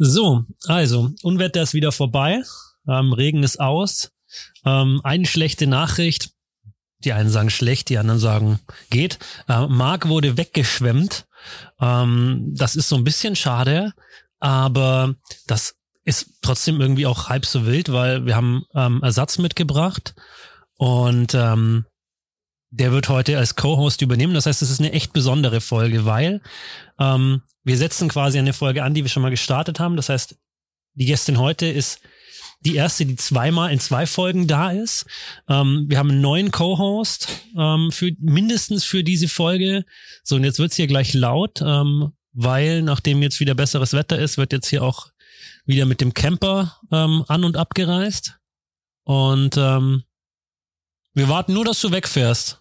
So, also, Unwetter ist wieder vorbei, Regen ist aus. Eine schlechte Nachricht, die einen sagen schlecht, die anderen sagen geht. Marc wurde weggeschwemmt. Das ist so ein bisschen schade, aber das ist trotzdem irgendwie auch halb so wild, weil wir haben Ersatz mitgebracht und der wird heute als Co-Host übernehmen. Das heißt, es ist eine echt besondere Folge, weil wir setzen quasi eine Folge an, die wir schon mal gestartet haben. Das heißt, die Gästin heute ist die erste, die zweimal in 2 Folgen da ist. Wir haben einen neuen Co-Host mindestens für diese Folge. So, und jetzt wird's hier gleich laut, weil nachdem jetzt wieder besseres Wetter ist, wird jetzt hier auch wieder mit dem Camper an- und abgereist. Und wir warten nur, dass du wegfährst.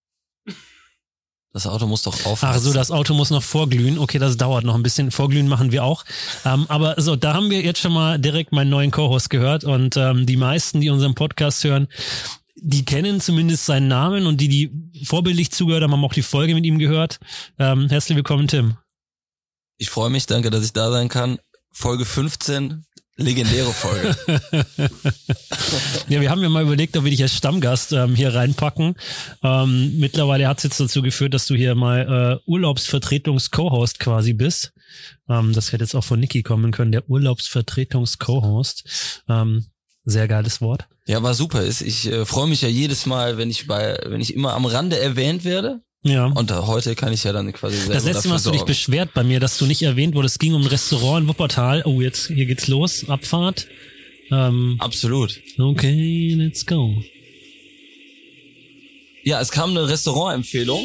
Das Auto muss doch aufheizen. Ach so, das Auto muss noch vorglühen. Okay, das dauert noch ein bisschen. Vorglühen machen wir auch. Aber so, da haben wir jetzt schon mal direkt meinen neuen Co-Host gehört. Und die meisten, die unseren Podcast hören, die kennen zumindest seinen Namen. Und die vorbildlich zugehört haben, haben auch die Folge mit ihm gehört. Herzlich willkommen, Tim. Ich freue mich, danke, dass ich da sein kann. Folge 15, legendäre Folge. Ja, wir haben ja mal überlegt, ob wir dich als Stammgast hier reinpacken. Mittlerweile hat es jetzt dazu geführt, dass du hier mal Urlaubsvertretungs-Co-Host quasi bist. Das hätte jetzt auch von Niki kommen können, der Urlaubsvertretungs-Co-Host. Sehr geiles Wort. Ja, war super. Ich freue mich ja jedes Mal, wenn ich immer am Rande erwähnt werde. Ja. Und heute kann ich ja dann quasi selber das letzte Mal hast du dich beschwert bei mir, dass du nicht erwähnt wurdest. Es ging um ein Restaurant in Wuppertal. Oh, jetzt, hier geht's los. Abfahrt. Absolut. Okay, let's go. Ja, es kam eine Restaurantempfehlung.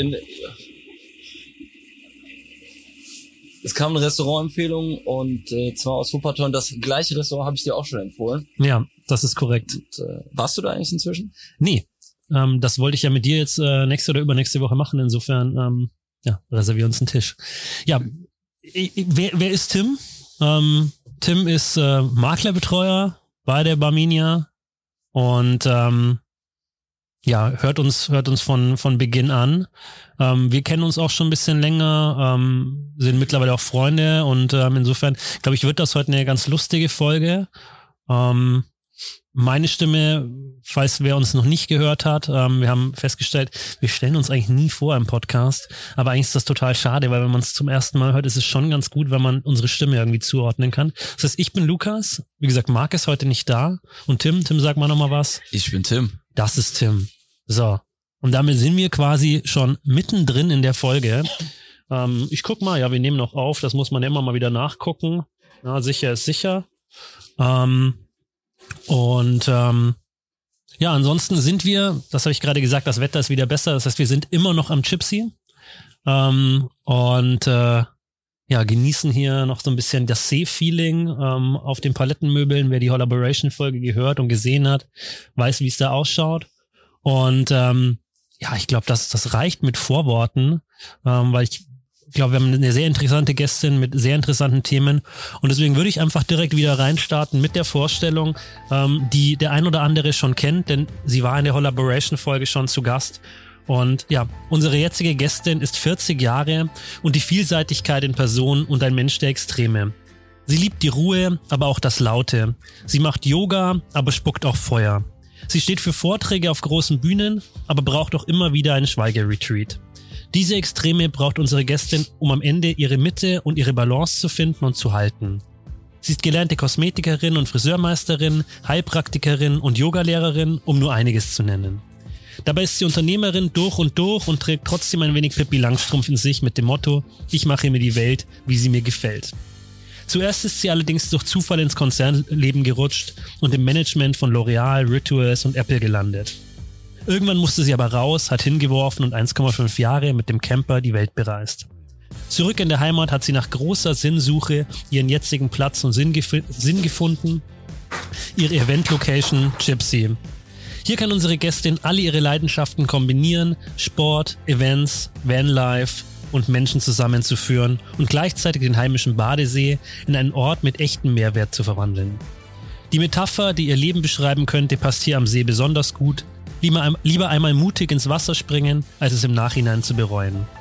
Und zwar aus Wuppertal. Das gleiche Restaurant habe ich dir auch schon empfohlen. Ja, das ist korrekt. Und, warst du da eigentlich inzwischen? Nee. Das wollte ich ja mit dir jetzt nächste oder übernächste Woche machen. Insofern, reservier uns einen Tisch. Ja, wer ist Tim? Tim ist Maklerbetreuer bei der Barmenia und hört uns von Beginn an. Wir kennen uns auch schon ein bisschen länger, sind mittlerweile auch Freunde und insofern, glaube ich, wird das heute eine ganz lustige Folge. Meine Stimme, falls wer uns noch nicht gehört hat, wir haben festgestellt, wir stellen uns eigentlich nie vor im Podcast, aber eigentlich ist das total schade, weil wenn man es zum ersten Mal hört, ist es schon ganz gut, wenn man unsere Stimme irgendwie zuordnen kann. Das heißt, ich bin Lukas, wie gesagt, Marc ist heute nicht da und Tim, sag mal nochmal was. Ich bin Tim. Das ist Tim. So, und damit sind wir quasi schon mittendrin in der Folge. Ich guck mal, ja, wir nehmen noch auf, das muss man ja immer mal wieder nachgucken. Ja, sicher ist sicher. Ansonsten sind wir, das habe ich gerade gesagt, das Wetter ist wieder besser, das heißt, wir sind immer noch am Gypsy genießen hier noch so ein bisschen das See-Feeling auf den Palettenmöbeln. Wer die Collaboration-Folge gehört und gesehen hat, weiß, wie es da ausschaut. Und ich glaube, das reicht mit Vorworten, weil ich glaube, wir haben eine sehr interessante Gästin mit sehr interessanten Themen und deswegen würde ich einfach direkt wieder reinstarten mit der Vorstellung, die der ein oder andere schon kennt, denn sie war in der Collaboration-Folge schon zu Gast. Und ja, unsere jetzige Gästin ist 40 Jahre und die Vielseitigkeit in Person und ein Mensch der Extreme. Sie liebt die Ruhe, aber auch das Laute. Sie macht Yoga, aber spuckt auch Feuer. Sie steht für Vorträge auf großen Bühnen, aber braucht auch immer wieder einen Schweigeretreat. Diese Extreme braucht unsere Gästin, um am Ende ihre Mitte und ihre Balance zu finden und zu halten. Sie ist gelernte Kosmetikerin und Friseurmeisterin, Heilpraktikerin und Yogalehrerin, um nur einiges zu nennen. Dabei ist sie Unternehmerin durch und trägt trotzdem ein wenig Pippi Langstrumpf in sich mit dem Motto, ich mache mir die Welt, wie sie mir gefällt. Zuerst ist sie allerdings durch Zufall ins Konzernleben gerutscht und im Management von L'Oreal, Rituals und Apple gelandet. Irgendwann musste sie aber raus, hat hingeworfen und 1,5 Jahre mit dem Camper die Welt bereist. Zurück in der Heimat hat sie nach großer Sinnsuche ihren jetzigen Platz und Sinn gefunden, ihre Event-Location Gypsy. Hier kann unsere Gästin alle ihre Leidenschaften kombinieren, Sport, Events, Vanlife und Menschen zusammenzuführen und gleichzeitig den heimischen Badesee in einen Ort mit echtem Mehrwert zu verwandeln. Die Metapher, die ihr Leben beschreiben könnte, passt hier am See besonders gut. Lieber einmal mutig ins Wasser springen, als es im Nachhinein zu bereuen.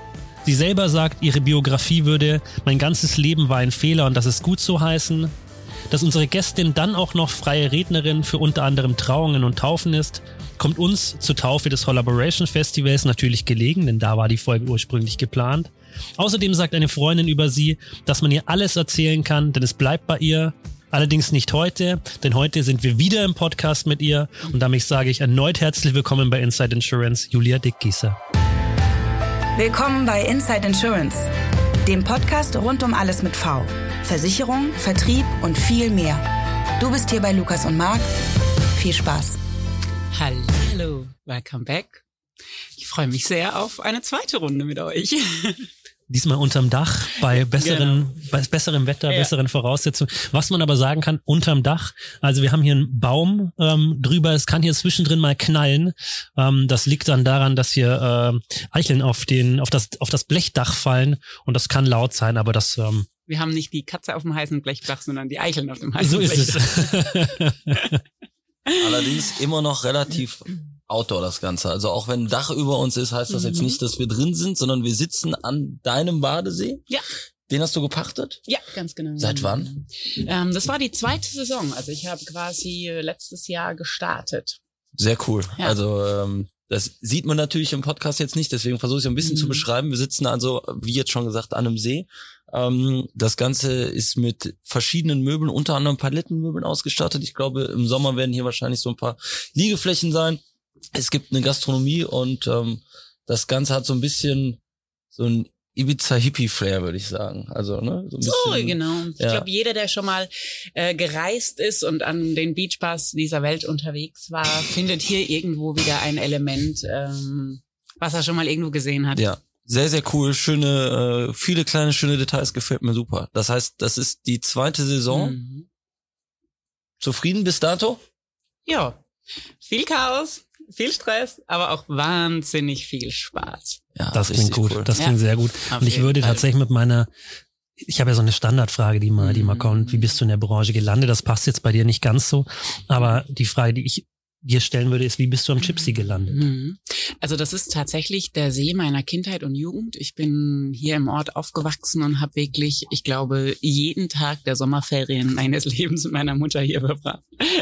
Sie selber sagt, ihre Biografie würde mein ganzes Leben war ein Fehler und das ist gut so heißen. Dass unsere Gästin dann auch noch freie Rednerin für unter anderem Trauungen und Taufen ist, kommt uns zur Taufe des Hollaboration Festivals natürlich gelegen, denn da war die Folge ursprünglich geplant. Außerdem sagt eine Freundin über sie, dass man ihr alles erzählen kann, denn es bleibt bei ihr. Allerdings nicht heute, denn heute sind wir wieder im Podcast mit ihr und damit sage ich erneut herzlich willkommen bei Inside Insurance, Julia Dickgießer. Willkommen bei Inside Insurance, dem Podcast rund um alles mit V. Versicherung, Vertrieb und viel mehr. Du bist hier bei Lukas und Marc. Viel Spaß. Hallo, welcome back. Ich freue mich sehr auf eine zweite Runde mit euch. Diesmal unterm Dach, bei besserem Wetter, besseren Voraussetzungen. Was man aber sagen kann, unterm Dach, also wir haben hier einen Baum drüber, es kann hier zwischendrin mal knallen. Das liegt dann daran, dass hier Eicheln auf das Blechdach fallen und das kann laut sein, aber das... wir haben nicht die Katze auf dem heißen Blechdach, sondern die Eicheln auf dem heißen so Blechdach. So ist es. Allerdings immer noch relativ outdoor das Ganze. Also auch wenn ein Dach über uns ist, heißt das jetzt nicht, dass wir drin sind, sondern wir sitzen an deinem Badesee. Ja. Den hast du gepachtet? Ja, ganz genau. Seit wann? Das war die zweite Saison. Also ich habe quasi letztes Jahr gestartet. Sehr cool. Ja. Also das sieht man natürlich im Podcast jetzt nicht, deswegen versuche ich ein bisschen zu beschreiben. Wir sitzen also, wie jetzt schon gesagt, an einem See. Das Ganze ist mit verschiedenen Möbeln, unter anderem Palettenmöbeln ausgestattet. Ich glaube, im Sommer werden hier wahrscheinlich so ein paar Liegeflächen sein. Es gibt eine Gastronomie und das Ganze hat so ein bisschen so ein Ibiza-Hippie-Flair, würde ich sagen. Also, ne? So, ein bisschen, genau. Ich glaube, jeder, der schon mal gereist ist und an den Beachbars dieser Welt unterwegs war, findet hier irgendwo wieder ein Element, was er schon mal irgendwo gesehen hat. Ja. Sehr, sehr cool. Schöne, viele kleine, schöne Details, gefällt mir super. Das heißt, das ist die zweite Saison. Zufrieden bis dato? Ja. Viel Chaos, viel Stress, aber auch wahnsinnig viel Spaß. Ja, das klingt gut. Cool. Das klingt sehr gut. Und ich würde tatsächlich ich habe ja so eine Standardfrage, die mal kommt. Wie bist du in der Branche gelandet? Das passt jetzt bei dir nicht ganz so. Aber die Frage, die ich dir stellen würde, ist, wie bist du am Gypsy gelandet? Also das ist tatsächlich der See meiner Kindheit und Jugend. Ich bin hier im Ort aufgewachsen und habe wirklich, ich glaube, jeden Tag der Sommerferien meines Lebens mit meiner Mutter hier verbracht.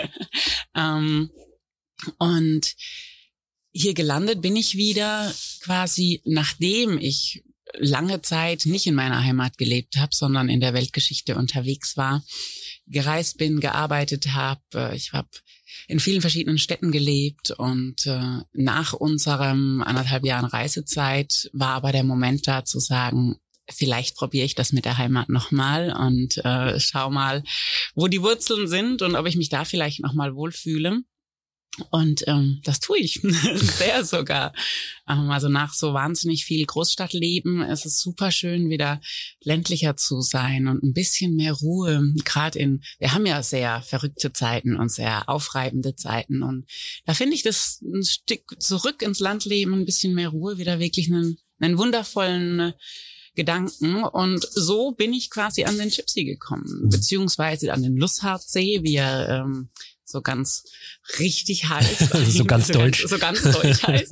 Und hier gelandet bin ich wieder quasi, nachdem ich lange Zeit nicht in meiner Heimat gelebt habe, sondern in der Weltgeschichte unterwegs war, gereist bin, gearbeitet habe. Ich habe in vielen verschiedenen Städten gelebt und nach unserem 1,5 Jahren Reisezeit war aber der Moment da zu sagen, vielleicht probiere ich das mit der Heimat nochmal und schau mal, wo die Wurzeln sind und ob ich mich da vielleicht nochmal wohlfühle. Und das tue ich sehr sogar. Also nach so wahnsinnig viel Großstadtleben ist es super schön, wieder ländlicher zu sein und ein bisschen mehr Ruhe. Gerade wir haben ja sehr verrückte Zeiten und sehr aufreibende Zeiten. Und da finde ich das ein Stück zurück ins Landleben, ein bisschen mehr Ruhe, wieder wirklich einen wundervollen Gedanken. Und so bin ich quasi an den Gypsy gekommen, beziehungsweise an den Lusshardsee, wie er so ganz richtig heißt. Also so ganz deutsch. So ganz deutsch heißt.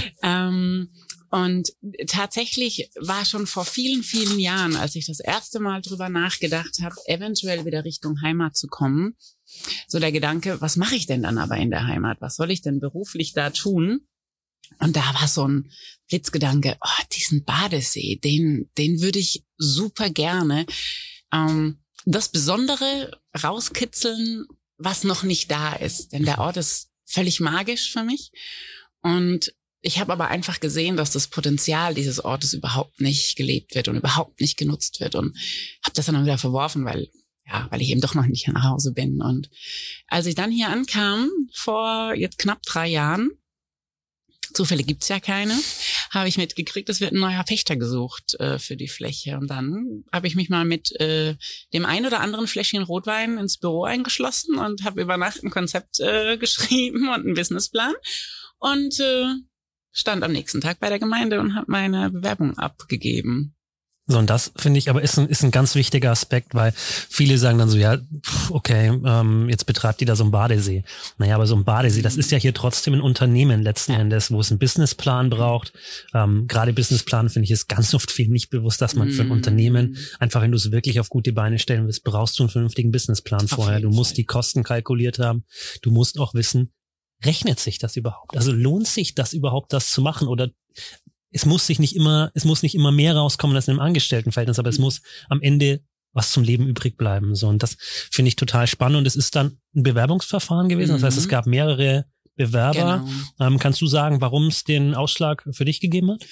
Und tatsächlich war schon vor vielen, vielen Jahren, als ich das erste Mal drüber nachgedacht habe, eventuell wieder Richtung Heimat zu kommen, so der Gedanke, was mache ich denn dann aber in der Heimat? Was soll ich denn beruflich da tun? Und da war so ein Blitzgedanke, diesen Badesee, den würde ich super gerne das Besondere rauskitzeln, was noch nicht da ist. Denn der Ort ist völlig magisch für mich. Und ich habe aber einfach gesehen, dass das Potenzial dieses Ortes überhaupt nicht gelebt wird und überhaupt nicht genutzt wird. Und habe das dann wieder verworfen, weil ich eben doch noch nicht nach Hause bin. Und als ich dann hier ankam, vor jetzt knapp 3 Jahren, Zufälle gibt's ja keine, habe ich mitgekriegt, es wird ein neuer Pächter gesucht für die Fläche. Und dann habe ich mich mal mit dem ein oder anderen Fläschchen Rotwein ins Büro eingeschlossen und habe über Nacht ein Konzept geschrieben und einen Businessplan und stand am nächsten Tag bei der Gemeinde und habe meine Bewerbung abgegeben. So, und das finde ich aber ist ein ganz wichtiger Aspekt, weil viele sagen dann so, ja, okay, jetzt betreibt die da so einen Badesee. Naja, aber so ein Badesee, das ist ja hier trotzdem ein Unternehmen letzten Endes, wo es einen Businessplan braucht. Gerade Businessplan, finde ich, ist ganz oft viel nicht bewusst, dass man für ein Unternehmen, einfach wenn du es wirklich auf gute Beine stellen willst, brauchst du einen vernünftigen Businessplan vorher. Du musst die Kosten kalkuliert haben. Du musst auch wissen, rechnet sich das überhaupt? Also lohnt sich das überhaupt, das zu machen? Oder es muss nicht immer mehr rauskommen als in einem Angestelltenverhältnis, aber es muss am Ende was zum Leben übrig bleiben. So, und das finde ich total spannend. Und es ist dann ein Bewerbungsverfahren gewesen. Das heißt, es gab mehrere Bewerber. Genau. Kannst du sagen, warum es den Ausschlag für dich gegeben hat?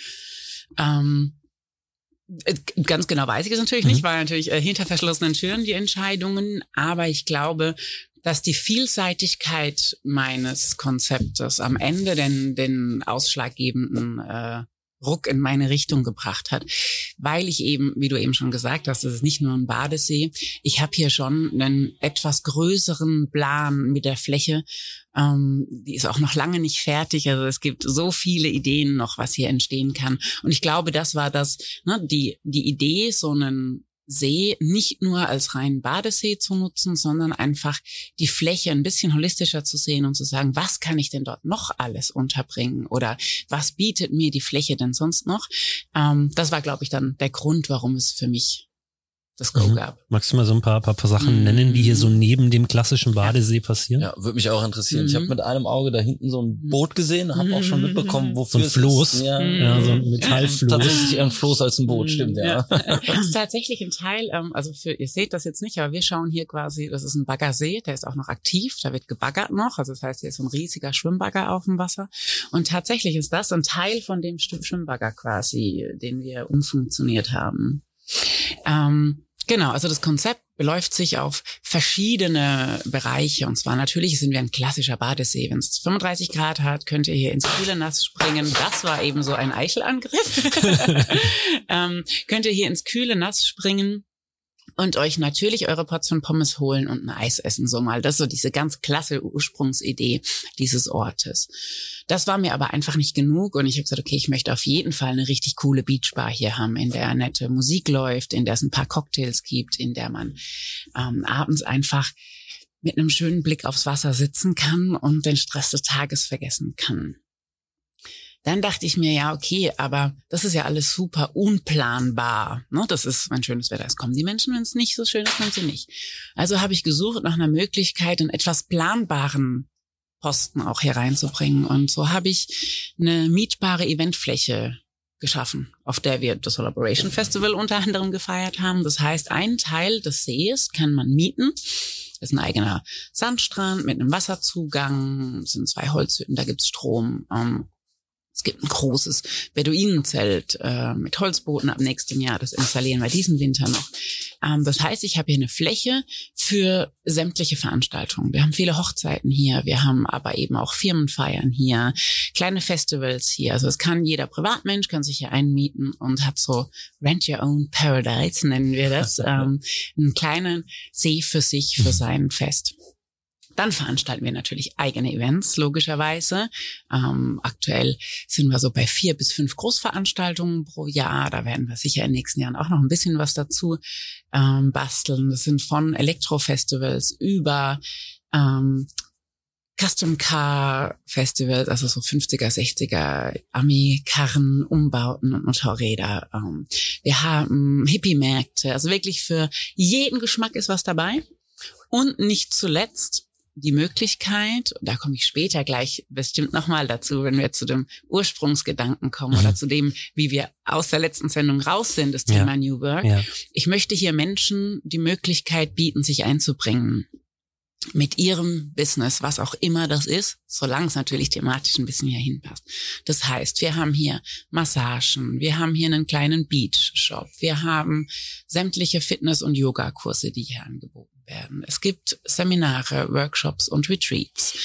Ganz genau weiß ich es natürlich nicht, weil natürlich hinter verschlossenen Türen die Entscheidungen. Aber ich glaube, dass die Vielseitigkeit meines Konzeptes am Ende den ausschlaggebenden Ruck in meine Richtung gebracht hat, weil ich eben, wie du eben schon gesagt hast, das ist nicht nur ein Badesee. Ich habe hier schon einen etwas größeren Plan mit der Fläche. Die ist auch noch lange nicht fertig. Also es gibt so viele Ideen noch, was hier entstehen kann. Und ich glaube, das war die Idee, so einen See nicht nur als reinen Badesee zu nutzen, sondern einfach die Fläche ein bisschen holistischer zu sehen und zu sagen, was kann ich denn dort noch alles unterbringen oder was bietet mir die Fläche denn sonst noch? Das war, glaube ich, dann der Grund, warum es für mich das Go gab. Magst du mal so ein paar Sachen nennen, die hier so neben dem klassischen Badesee passieren? Ja, würde mich auch interessieren. Ich habe mit einem Auge da hinten so ein Boot gesehen, habe auch schon mitbekommen, wofür so ein Floß. Ja, so ein Metallfloß. Tatsächlich eher ein Floß als ein Boot, stimmt, ja. Das ist tatsächlich ein Teil, also ihr seht das jetzt nicht, aber wir schauen hier quasi, das ist ein Baggersee, der ist auch noch aktiv, da wird gebaggert noch, also das heißt, hier ist so ein riesiger Schwimmbagger auf dem Wasser und tatsächlich ist das ein Teil von dem Schwimmbagger quasi, den wir umfunktioniert haben. Genau, also das Konzept beläuft sich auf verschiedene Bereiche. Und zwar natürlich sind wir ein klassischer Badesee. Wenn es 35 Grad hat, könnt ihr hier ins kühle Nass springen. Das war eben so ein Eichelangriff. Könnt ihr hier ins kühle Nass springen und euch natürlich eure Portion Pommes holen und ein Eis essen, so mal. Das ist so diese ganz klasse Ursprungsidee dieses Ortes. Das war mir aber einfach nicht genug und ich habe gesagt, okay, ich möchte auf jeden Fall eine richtig coole Beachbar hier haben, in der nette Musik läuft, in der es ein paar Cocktails gibt, in der man abends einfach mit einem schönen Blick aufs Wasser sitzen kann und den Stress des Tages vergessen kann. Dann dachte ich mir, ja, okay, aber das ist ja alles super unplanbar. Ne? Das ist, wenn schönes Wetter ist, kommen die Menschen, wenn es nicht so schön ist, kommen sie nicht. Also habe ich gesucht nach einer Möglichkeit, einen etwas planbaren Posten auch hier reinzubringen. Und so habe ich eine mietbare Eventfläche geschaffen, auf der wir das Collaboration Festival unter anderem gefeiert haben. Das heißt, einen Teil des Sees kann man mieten. Das ist ein eigener Sandstrand mit einem Wasserzugang. Es sind 2 Holzhütten, da gibt's Strom. Es gibt ein großes Beduinenzelt mit Holzbooten ab nächstem Jahr. Das installieren wir diesen Winter noch. Das heißt, ich habe hier eine Fläche für sämtliche Veranstaltungen. Wir haben viele Hochzeiten hier. Wir haben aber eben auch Firmenfeiern hier, kleine Festivals hier. Also es kann jeder Privatmensch, kann sich hier einmieten und hat so Rent Your Own Paradise, nennen wir das. Einen kleinen See für sich, für sein Fest. Dann veranstalten wir natürlich eigene Events, logischerweise. Aktuell sind wir so bei 4 bis 5 Großveranstaltungen pro Jahr. Da werden wir sicher in den nächsten Jahren auch noch ein bisschen was dazu basteln. Das sind von Elektrofestivals über Custom Car Festivals, also so 50er, 60er Ami-Karren, Umbauten und Motorräder. Wir haben Hippie-Märkte. Also wirklich für jeden Geschmack ist was dabei. Und nicht zuletzt die Möglichkeit, da komme ich später gleich bestimmt nochmal dazu, wenn wir zu dem Ursprungsgedanken kommen oder zu dem, wie wir aus der letzten Sendung raus sind, das Thema New Work. Ja. Ich möchte hier Menschen die Möglichkeit bieten, sich einzubringen mit ihrem Business, was auch immer das ist, solange es natürlich thematisch ein bisschen hier hinpasst. Das heißt, wir haben hier Massagen, wir haben hier einen kleinen Beach-Shop, wir haben sämtliche Fitness- und Yoga-Kurse, die hier angeboten werden. Es gibt Seminare, Workshops und Retreats.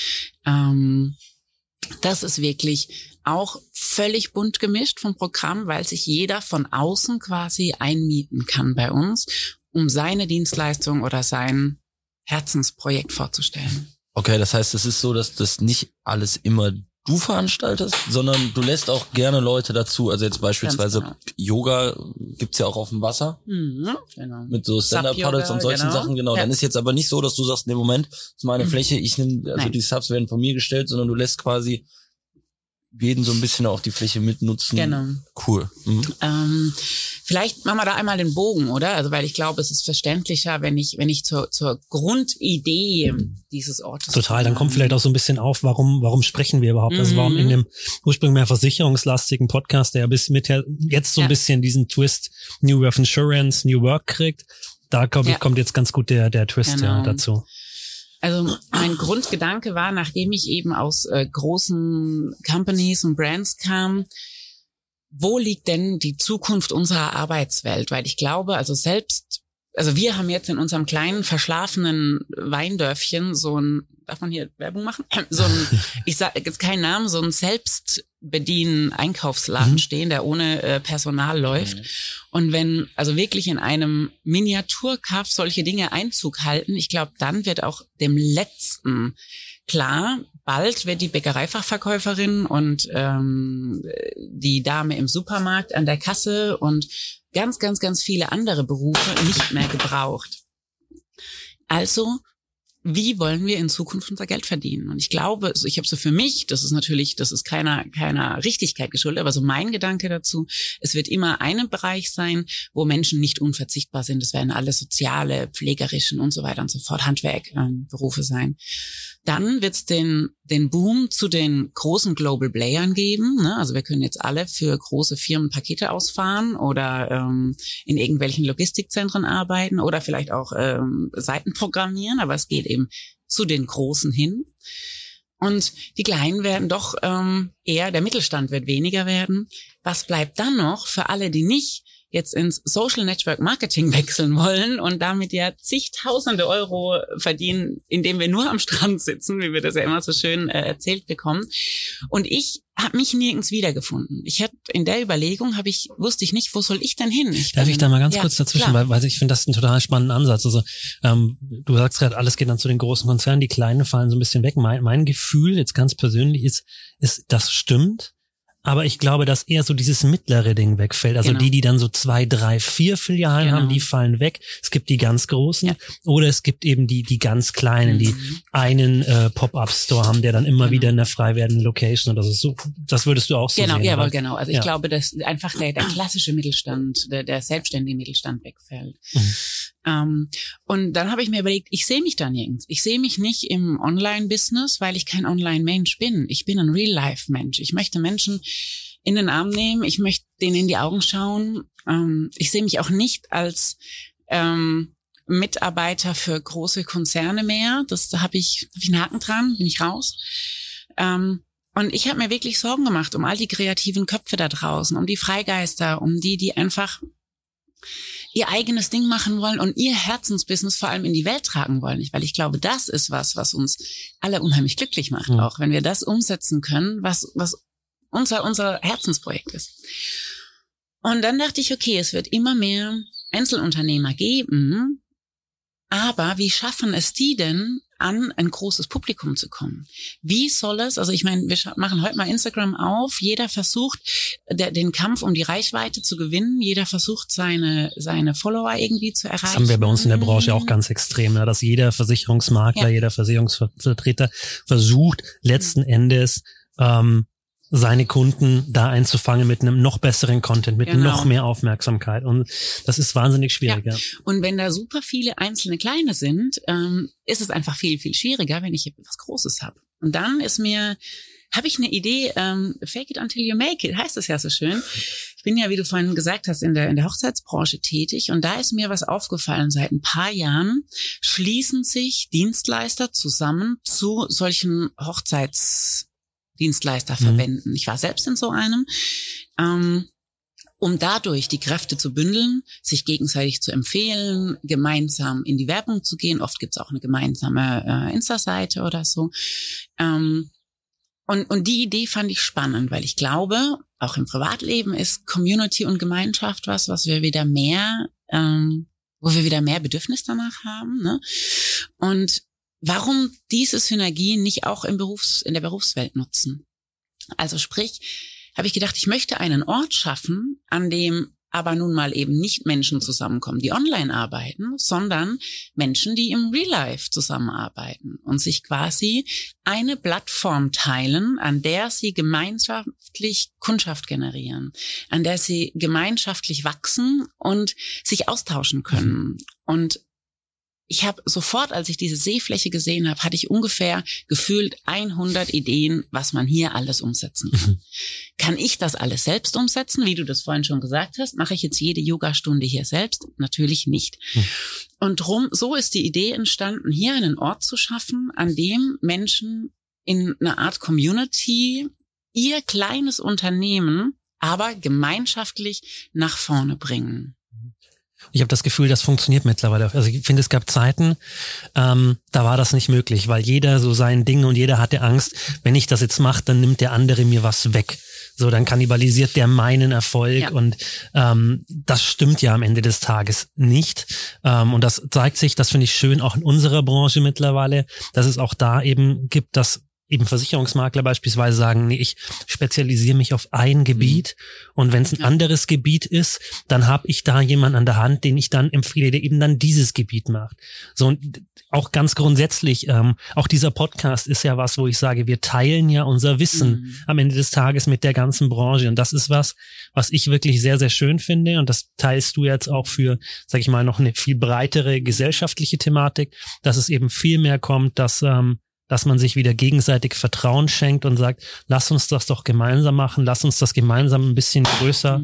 Das ist wirklich auch völlig bunt gemischt vom Programm, weil sich jeder von außen quasi einmieten kann bei uns, um seine Dienstleistung oder sein Herzensprojekt vorzustellen. Okay, das heißt, es ist so, dass das nicht alles immer du veranstaltest, sondern du lässt auch gerne Leute dazu. Also jetzt beispielsweise Ganz genau. Yoga gibt's ja auch auf dem Wasser. Genau. Mit so Stand-Up-Paddles und solchen Sachen, genau. Ja. Dann ist jetzt aber nicht so, dass du sagst, nee, Moment, das ist meine Fläche, ich nehme, also Nein. die Subs werden von mir gestellt, sondern du lässt quasi jeden so ein bisschen auch die Fläche mitnutzen. Genau. Cool. Mhm. Vielleicht machen wir da einmal den Bogen, oder? Also weil ich glaube, es ist verständlicher, wenn ich zur Grundidee dieses Ortes. Total, dann kommt vielleicht auch so ein bisschen auf, warum sprechen wir überhaupt? Also warum in dem ursprünglich mehr versicherungslastigen Podcast, der bis mit jetzt so ein bisschen diesen Twist New Work Insurance, New Work kriegt, da glaube ich, kommt jetzt ganz gut der Twist dazu. Also mein Grundgedanke war, nachdem ich eben aus großen Companies und Brands kam, wo liegt denn die Zukunft unserer Arbeitswelt? Weil ich glaube, also wir haben jetzt in unserem kleinen, verschlafenen Weindörfchen so ein, darf man hier Werbung machen? So ein, ich sage jetzt keinen Namen, so ein Selbstbedienen-Einkaufsladen stehen, der ohne Personal läuft. Und wenn also wirklich in einem Miniaturkaff solche Dinge Einzug halten, ich glaube, dann wird auch dem Letzten klar, bald wird die Bäckereifachverkäuferin und die Dame im Supermarkt an der Kasse und ganz, ganz, ganz viele andere Berufe nicht mehr gebraucht. Also, wie wollen wir in Zukunft unser Geld verdienen? Und ich glaube, ich habe so für mich, das ist keiner Richtigkeit geschuldet, aber so mein Gedanke dazu, es wird immer ein Bereich sein, wo Menschen nicht unverzichtbar sind. Das werden alle soziale, pflegerischen und so weiter und so fort, Handwerkberufe sein. Dann wird es den Boom zu den großen Global Playern geben. Ne? Also wir können jetzt alle für große Firmen Pakete ausfahren oder in irgendwelchen Logistikzentren arbeiten oder vielleicht auch Seiten programmieren, aber es geht eben zu den Großen hin. Und die Kleinen werden doch eher, der Mittelstand wird weniger werden. Was bleibt dann noch für alle, die nicht jetzt ins Social Network Marketing wechseln wollen und damit ja zigtausende Euro verdienen, indem wir nur am Strand sitzen, wie wir das ja immer so schön erzählt bekommen. Und ich habe mich nirgends wiedergefunden. In der Überlegung wusste ich nicht, wo soll ich denn hin? Darf ich da mal ganz kurz dazwischen, weil ich finde das einen total spannenden Ansatz. Also du sagst gerade, alles geht dann zu den großen Konzernen, die kleinen fallen so ein bisschen weg. Mein Gefühl jetzt ganz persönlich ist, das stimmt. Aber ich glaube, dass eher so dieses mittlere Ding wegfällt. Also die dann so 2, 3, 4 Filialen haben, die fallen weg. Es gibt die ganz großen oder es gibt eben die ganz kleinen, die einen Pop-up-Store haben, der dann immer wieder in der frei werdenden Location oder so. Das würdest du auch so sehen. Genau. Also ich glaube, dass einfach der klassische Mittelstand, der selbstständige Mittelstand wegfällt. Und dann habe ich mir überlegt, ich sehe mich da nirgends. Ich sehe mich nicht im Online-Business, weil ich kein Online-Mensch bin. Ich bin ein Real-Life-Mensch. Ich möchte Menschen in den Arm nehmen. Ich möchte denen in die Augen schauen. Ich sehe mich auch nicht als Mitarbeiter für große Konzerne mehr. Da habe ich einen Haken dran, bin ich raus. Und ich habe mir wirklich Sorgen gemacht um all die kreativen Köpfe da draußen, um die Freigeister, um die einfach ihr eigenes Ding machen wollen und ihr Herzensbusiness vor allem in die Welt tragen wollen. Weil ich glaube, das ist was uns alle unheimlich glücklich macht, auch wenn wir das umsetzen können, was unser Herzensprojekt ist. Und dann dachte ich, okay, es wird immer mehr Einzelunternehmer geben, aber wie schaffen es die denn, an ein großes Publikum zu kommen? Wie soll es, also ich meine, wir machen heute mal Instagram auf, jeder versucht, den Kampf um die Reichweite zu gewinnen, jeder versucht, seine Follower irgendwie zu erreichen. Das haben wir bei uns in der Branche auch ganz extrem, dass jeder Versicherungsmakler, jeder Versicherungsvertreter versucht, letzten Endes seine Kunden da einzufangen mit einem noch besseren Content, mit noch mehr Aufmerksamkeit. Und das ist wahnsinnig schwierig. Ja. Und wenn da super viele einzelne Kleine sind, ist es einfach viel, viel schwieriger, wenn ich etwas Großes habe. Und dann habe ich eine Idee, fake it until you make it, heißt das ja so schön. Ich bin ja, wie du vorhin gesagt hast, in der Hochzeitsbranche tätig und da ist mir was aufgefallen. Seit ein paar Jahren schließen sich Dienstleister zusammen zu solchen Hochzeitsdienstleisterverbänden. Ich war selbst in so einem, um dadurch die Kräfte zu bündeln, sich gegenseitig zu empfehlen, gemeinsam in die Werbung zu gehen. Oft gibt's auch eine gemeinsame Insta-Seite oder so. Und die Idee fand ich spannend, weil ich glaube, auch im Privatleben ist Community und Gemeinschaft was wir wieder mehr, wo wir wieder mehr Bedürfnis danach haben. Ne? Und warum diese Synergien nicht auch in der Berufswelt nutzen? Also sprich, habe ich gedacht, ich möchte einen Ort schaffen, an dem aber nun mal eben nicht Menschen zusammenkommen, die online arbeiten, sondern Menschen, die im Real Life zusammenarbeiten und sich quasi eine Plattform teilen, an der sie gemeinschaftlich Kundschaft generieren, an der sie gemeinschaftlich wachsen und sich austauschen können. Und ich habe sofort, als ich diese Seefläche gesehen habe, hatte ich ungefähr gefühlt 100 Ideen, was man hier alles umsetzen kann. Kann ich das alles selbst umsetzen? Wie du das vorhin schon gesagt hast, mache ich jetzt jede Yogastunde hier selbst? Natürlich nicht. Und so ist die Idee entstanden, hier einen Ort zu schaffen, an dem Menschen in einer Art Community ihr kleines Unternehmen aber gemeinschaftlich nach vorne bringen. Ich habe das Gefühl, das funktioniert mittlerweile. Also ich finde, es gab Zeiten, da war das nicht möglich, weil jeder so sein Ding und jeder hatte Angst, wenn ich das jetzt mache, dann nimmt der andere mir was weg. So, dann kannibalisiert der meinen Erfolg. Ja. Und das stimmt ja am Ende des Tages nicht. Und das zeigt sich, das finde ich schön, auch in unserer Branche mittlerweile, dass es auch da eben gibt, dass eben Versicherungsmakler beispielsweise sagen, nee, ich spezialisiere mich auf ein Gebiet und wenn es ein anderes Gebiet ist, dann habe ich da jemanden an der Hand, den ich dann empfehle, der eben dann dieses Gebiet macht. So, und auch ganz grundsätzlich, auch dieser Podcast ist ja was, wo ich sage, wir teilen ja unser Wissen am Ende des Tages mit der ganzen Branche und das ist was ich wirklich sehr, sehr schön finde und das teilst du jetzt auch für, sag ich mal, noch eine viel breitere gesellschaftliche Thematik, dass es eben viel mehr kommt, dass man sich wieder gegenseitig Vertrauen schenkt und sagt, lass uns das doch gemeinsam machen, lass uns das gemeinsam ein bisschen größer,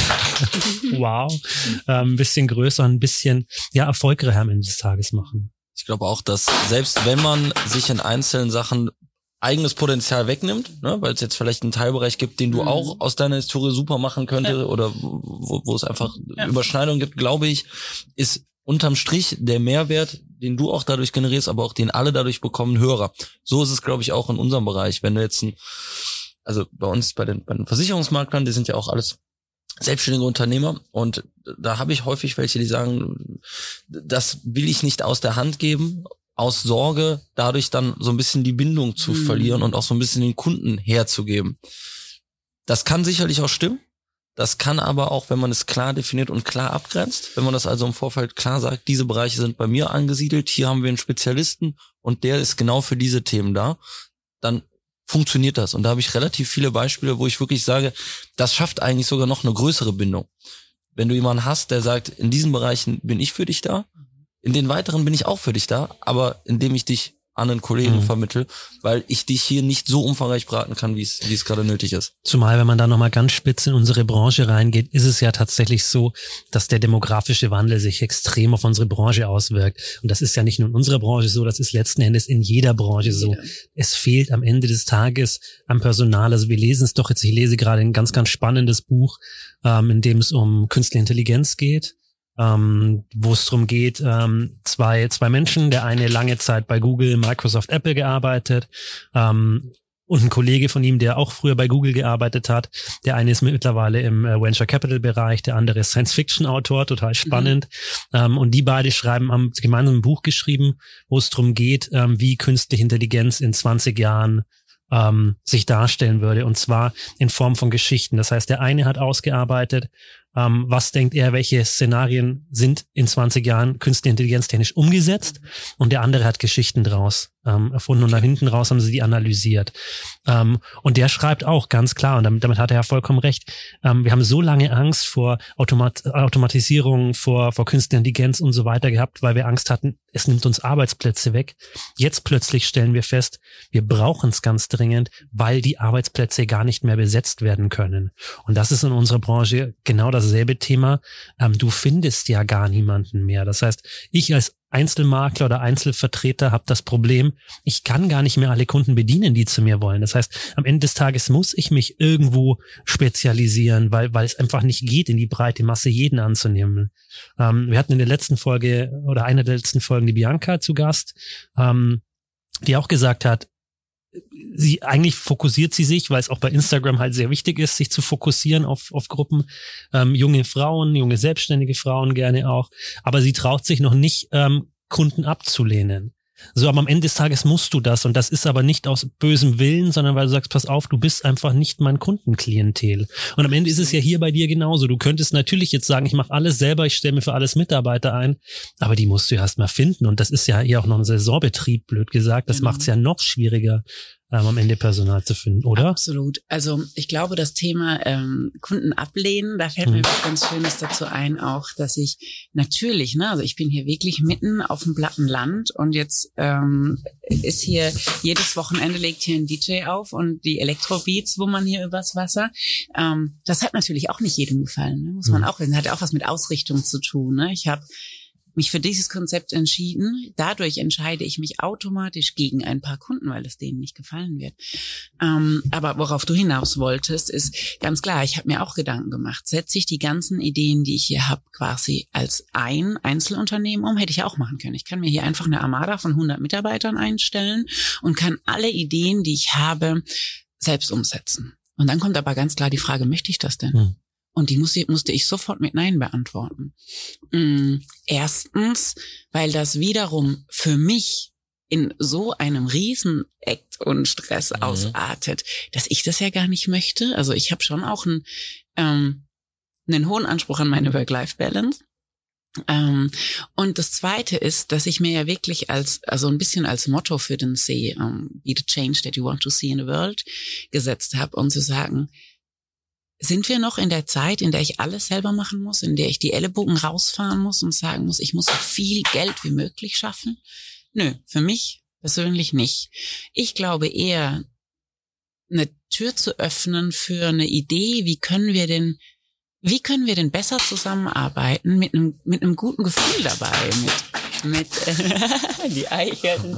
ein bisschen größer, ein bisschen erfolgreicher am Ende des Tages machen. Ich glaube auch, dass selbst wenn man sich in einzelnen Sachen eigenes Potenzial wegnimmt, ne, weil es jetzt vielleicht einen Teilbereich gibt, den du auch aus deiner Historie super machen könnte oder wo es einfach Überschneidungen gibt, glaube ich, ist unterm Strich der Mehrwert, den du auch dadurch generierst, aber auch den alle dadurch bekommen, höherer. So ist es, glaube ich, auch in unserem Bereich. Wenn du jetzt also bei uns, bei den Versicherungsmaklern, die sind ja auch alles selbstständige Unternehmer und da habe ich häufig welche, die sagen, das will ich nicht aus der Hand geben, aus Sorge, dadurch dann so ein bisschen die Bindung zu verlieren und auch so ein bisschen den Kunden herzugeben. Das kann sicherlich auch stimmen. Das kann aber auch, wenn man es klar definiert und klar abgrenzt, wenn man das also im Vorfeld klar sagt, diese Bereiche sind bei mir angesiedelt, hier haben wir einen Spezialisten und der ist genau für diese Themen da, dann funktioniert das. Und da habe ich relativ viele Beispiele, wo ich wirklich sage, das schafft eigentlich sogar noch eine größere Bindung. Wenn du jemanden hast, der sagt, in diesen Bereichen bin ich für dich da, in den weiteren bin ich auch für dich da, aber indem ich dich an einen Kollegen vermittel, weil ich dich hier nicht so umfangreich beraten kann, wie es gerade nötig ist. Zumal, wenn man da nochmal ganz spitz in unsere Branche reingeht, ist es ja tatsächlich so, dass der demografische Wandel sich extrem auf unsere Branche auswirkt. Und das ist ja nicht nur in unserer Branche so, das ist letzten Endes in jeder Branche so. Es fehlt am Ende des Tages am Personal. Also wir lesen es doch jetzt, ich lese gerade ein ganz, ganz spannendes Buch, in dem es um künstliche Intelligenz geht. Wo es darum geht, zwei Menschen, der eine lange Zeit bei Google, Microsoft, Apple gearbeitet, und ein Kollege von ihm, der auch früher bei Google gearbeitet hat. Der eine ist mittlerweile im Venture Capital Bereich, der andere ist Science-Fiction-Autor, total spannend. Und die beide haben gemeinsam ein Buch geschrieben, wo es darum geht, wie künstliche Intelligenz in 20 Jahren sich darstellen würde, und zwar in Form von Geschichten. Das heißt, der eine hat ausgearbeitet, was denkt er, welche Szenarien sind in 20 Jahren künstliche Intelligenz technisch umgesetzt, und der andere hat Geschichten draus erfunden und nach hinten raus haben sie die analysiert. Und der schreibt auch ganz klar, und damit hat er ja vollkommen recht, wir haben so lange Angst vor Automatisierung, vor künstlicher Intelligenz und so weiter gehabt, weil wir Angst hatten, es nimmt uns Arbeitsplätze weg. Jetzt plötzlich stellen wir fest, wir brauchen es ganz dringend, weil die Arbeitsplätze gar nicht mehr besetzt werden können. Und das ist in unserer Branche genau dasselbe Thema. Du findest ja gar niemanden mehr. Das heißt, ich als Einzelmakler oder Einzelvertreter habe das Problem, ich kann gar nicht mehr alle Kunden bedienen, die zu mir wollen. Das heißt, am Ende des Tages muss ich mich irgendwo spezialisieren, weil es einfach nicht geht, in die breite Masse jeden anzunehmen. Wir hatten in der letzten Folge oder einer der letzten Folgen die Bianca zu Gast, die auch gesagt hat, eigentlich fokussiert sie sich, weil es auch bei Instagram halt sehr wichtig ist, sich zu fokussieren auf Gruppen, junge Frauen, junge selbstständige Frauen gerne auch, aber sie traut sich noch nicht, Kunden abzulehnen. So, aber am Ende des Tages musst du das und das ist aber nicht aus bösem Willen, sondern weil du sagst, pass auf, du bist einfach nicht mein Kundenklientel. Und am Ende ist es ja hier bei dir genauso. Du könntest natürlich jetzt sagen, ich mache alles selber, ich stelle mir für alles Mitarbeiter ein, aber die musst du ja erst mal finden und das ist ja hier auch noch ein Saisonbetrieb, blöd gesagt. Das macht es ja noch schwieriger, am Ende Personal zu finden, oder? Absolut. Also ich glaube, das Thema Kunden ablehnen, da fällt mir was ganz Schönes dazu ein, auch, dass ich natürlich, also ich bin hier wirklich mitten auf dem platten Land und jetzt ist hier, jedes Wochenende legt hier ein DJ auf und die Elektrobeats, wo man hier übers Wasser, das hat natürlich auch nicht jedem gefallen, ne? Muss man auch wissen, hat ja auch was mit Ausrichtung zu tun, ne? Ich habe mich für dieses Konzept entschieden. Dadurch entscheide ich mich automatisch gegen ein paar Kunden, weil es denen nicht gefallen wird. Aber worauf du hinaus wolltest, ist ganz klar, ich habe mir auch Gedanken gemacht. Setze ich die ganzen Ideen, die ich hier habe, quasi als ein Einzelunternehmen um? Hätte ich auch machen können. Ich kann mir hier einfach eine Armada von 100 Mitarbeitern einstellen und kann alle Ideen, die ich habe, selbst umsetzen. Und dann kommt aber ganz klar die Frage, möchte ich das denn? Und die musste ich sofort mit Nein beantworten. Erstens, weil das wiederum für mich in so einem Riesen-Act und Stress ausartet, dass ich das ja gar nicht möchte. Also ich habe schon auch einen hohen Anspruch an meine Work-Life-Balance. Und das Zweite ist, dass ich mir ja wirklich also ein bisschen als Motto für den See, be the change that you want to see in the world, gesetzt habe, um zu sagen, sind wir noch in der Zeit, in der ich alles selber machen muss, in der ich die Ellenbogen rausfahren muss und sagen muss, ich muss so viel Geld wie möglich schaffen? Nö, für mich persönlich nicht. Ich glaube eher, eine Tür zu öffnen für eine Idee, wie können wir denn besser zusammenarbeiten mit einem guten Gefühl dabei, mit die Eichen.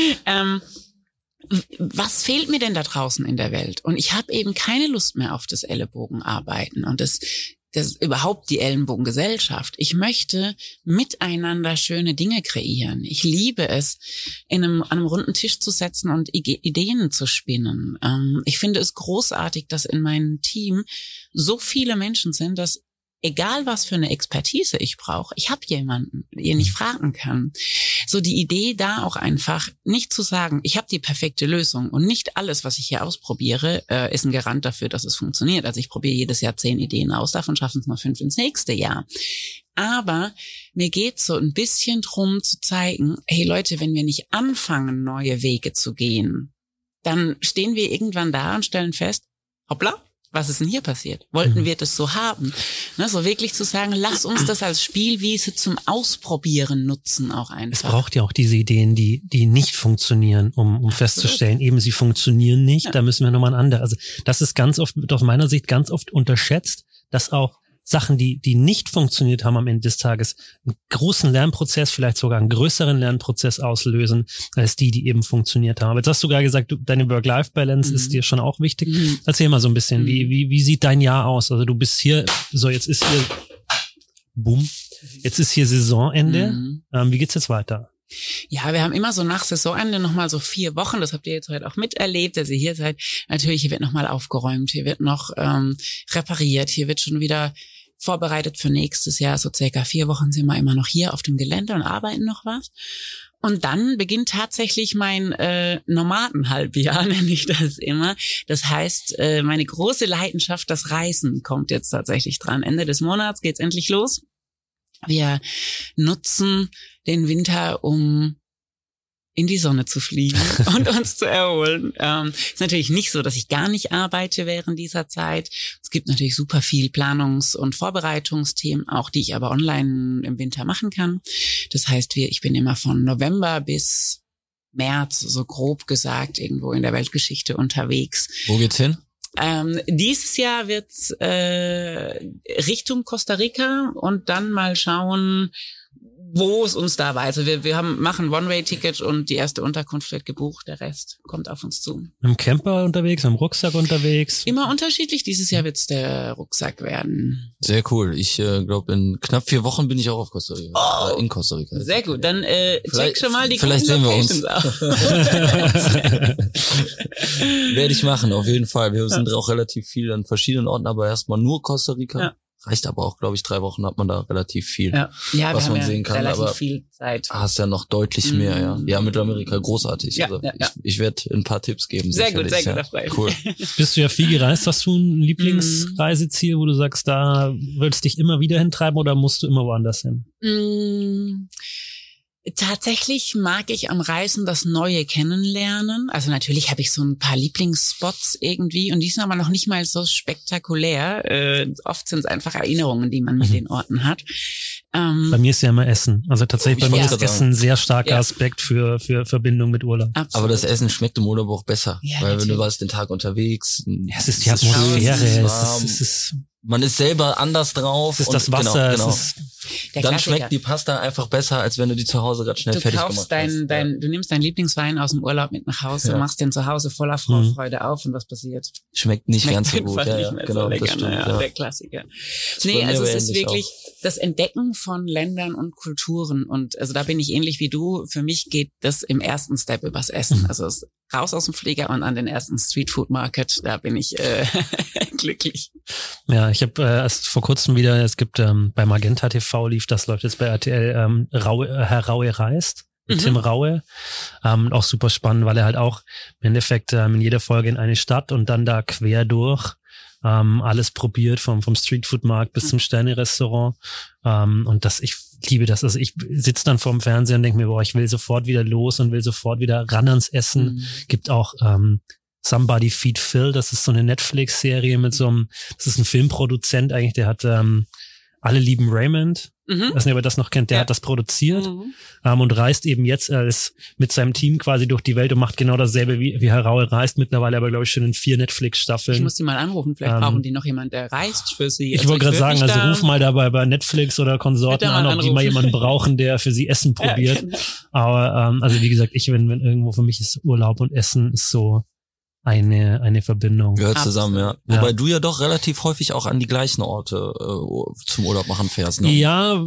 Was fehlt mir denn da draußen in der Welt? Und ich habe eben keine Lust mehr auf das Ellenbogenarbeiten und das überhaupt die Ellenbogengesellschaft. Ich möchte miteinander schöne Dinge kreieren. Ich liebe es, an einem runden Tisch zu setzen und Ideen zu spinnen. Ich finde es großartig, dass in meinem Team so viele Menschen sind, dass egal was für eine Expertise ich brauche, ich habe jemanden, den ich fragen kann. So die Idee da auch einfach nicht zu sagen, ich habe die perfekte Lösung und nicht alles, was ich hier ausprobiere, ist ein Garant dafür, dass es funktioniert. Also ich probiere jedes Jahr 10 Ideen aus, davon schaffen es mal 5 ins nächste Jahr. Aber mir geht so ein bisschen drum zu zeigen, hey Leute, wenn wir nicht anfangen, neue Wege zu gehen, dann stehen wir irgendwann da und stellen fest, hoppla, was ist denn hier passiert? Wollten wir das so haben? Ne, so wirklich zu sagen, lass uns das als Spielwiese zum Ausprobieren nutzen auch einfach. Es braucht ja auch diese Ideen, die nicht funktionieren, um festzustellen, eben sie funktionieren nicht, ja. Da müssen wir nochmal ein anderes. Also das ist ganz oft, aus meiner Sicht ganz oft unterschätzt, dass auch Sachen, die nicht funktioniert haben am Ende des Tages, einen großen Lernprozess, vielleicht sogar einen größeren Lernprozess auslösen, als die eben funktioniert haben. Aber jetzt hast du gerade gesagt, deine Work-Life-Balance ist dir schon auch wichtig. Erzähl mal so ein bisschen, wie sieht dein Jahr aus? Also du bist hier, so jetzt ist hier, jetzt ist hier Saisonende. Wie geht's jetzt weiter? Ja, wir haben immer so nach Saisonende nochmal so 4 Wochen, das habt ihr jetzt heute auch miterlebt, dass ihr hier seid. Natürlich, hier wird nochmal aufgeräumt, hier wird noch repariert, hier wird schon wieder vorbereitet für nächstes Jahr. So circa 4 Wochen sind wir immer noch hier auf dem Gelände und arbeiten noch was. Und dann beginnt tatsächlich mein Nomadenhalbjahr, nenne ich das immer. Das heißt, meine große Leidenschaft, das Reisen, kommt jetzt tatsächlich dran. Ende des Monats geht's endlich los. Wir nutzen den Winter, um in die Sonne zu fliegen und uns zu erholen. Ist natürlich nicht so, dass ich gar nicht arbeite während dieser Zeit. Es gibt natürlich super viel Planungs- und Vorbereitungsthemen, auch die ich aber online im Winter machen kann. Das heißt, ich bin immer von November bis März, so grob gesagt, irgendwo in der Weltgeschichte unterwegs. Wo geht's hin? Dieses Jahr wird's Richtung Costa Rica und dann mal schauen, wo es uns da war. Also wir machen One-Way-Ticket und die erste Unterkunft wird gebucht, der Rest kommt auf uns zu. Im Camper unterwegs, im Rucksack unterwegs? Immer unterschiedlich. Dieses Jahr wird's der Rucksack werden. Sehr cool. Ich glaube, in knapp 4 Wochen bin ich auch auf Costa Rica. In Costa Rica. Sehr gut. Dann check schon mal die vielleicht sehen wir uns. Werde ich machen, auf jeden Fall. Wir sind auch relativ viel an verschiedenen Orten, aber erstmal nur Costa Rica. Ja. reicht aber auch, glaube ich, 3 Wochen hat man da relativ viel, ja, was wir man haben sehen kann. relativ Aber viel Zeit. hast ja noch deutlich mehr, ja. Ja, Mittelamerika großartig. Ja, also ja. Ich werde ein paar Tipps geben. Sehr gut, ja. das freut mich. Cool. Bist du ja viel gereist, hast du ein Lieblingsreiseziel, wo du sagst, da würdest dich immer wieder hintreiben oder musst du immer woanders hin? Tatsächlich mag ich am Reisen das Neue kennenlernen. Also natürlich habe ich so ein paar Lieblingsspots irgendwie und die sind aber noch nicht mal so spektakulär. Oft sind es einfach Erinnerungen, die man mit den Orten hat. Bei mir ist ja immer Essen. Also tatsächlich bei mir ist Essen ein sehr starker Aspekt für Verbindung mit Urlaub. Absolut. Aber das Essen schmeckt im Urlaub auch besser. Ja, weil natürlich. wenn du warst den Tag unterwegs. Ja, es ist die Atmosphäre. Es ist man ist selber anders drauf. Es ist das Wasser. Genau. Es ist dann schmeckt die Pasta einfach besser, als wenn du die zu Hause gerade schnell fertig gemacht hast. Du nimmst deinen Lieblingswein aus dem Urlaub mit nach Hause und machst den zu Hause voller Vorfreude auf und was passiert? Schmeckt nicht ganz so gut. Nicht mehr genau, so lecker, das stimmt. Der Klassiker. Nee, also es ist wirklich das Entdecken von Ländern und Kulturen und also da bin ich ähnlich wie du. Für mich geht das im ersten Step übers Essen. Also es raus aus dem Flieger und an den ersten Streetfood Market, da bin ich glücklich. Ja, ich habe erst vor kurzem wieder, es gibt bei Magenta TV läuft jetzt bei RTL Herr Raue reist. Tim Raue. Auch super spannend, weil er halt auch im Endeffekt in jeder Folge in eine Stadt und dann da quer durch alles probiert, vom Streetfood-Markt bis zum Sterne-Restaurant. Und ich liebe das. Also ich sitze dann vorm Fernseher und denke mir, boah, ich will sofort wieder los und will sofort wieder ran ans Essen. Gibt auch Somebody Feed Phil, das ist so eine Netflix-Serie mit das ist ein Filmproduzent eigentlich, der hat Alle lieben Raymond. Ich weiß nicht, ob ihr das noch kennt, der hat das produziert und reist eben jetzt mit seinem Team quasi durch die Welt und macht genau dasselbe wie Herr Raue reist, mittlerweile aber glaube ich schon in 4 Netflix-Staffeln. Ich muss die mal anrufen, vielleicht brauchen die noch jemand, der reist für sie. Ich wollte gerade sagen, also ruf mal dabei bei Netflix oder Konsorten an, ob die mal jemanden brauchen, der für sie Essen probiert. Ja, genau. Aber also wie gesagt, wenn irgendwo für mich ist Urlaub und Essen ist so eine Verbindung. Gehört zusammen, ja. Wobei du ja doch relativ häufig auch an die gleichen Orte zum Urlaub machen fährst, ne?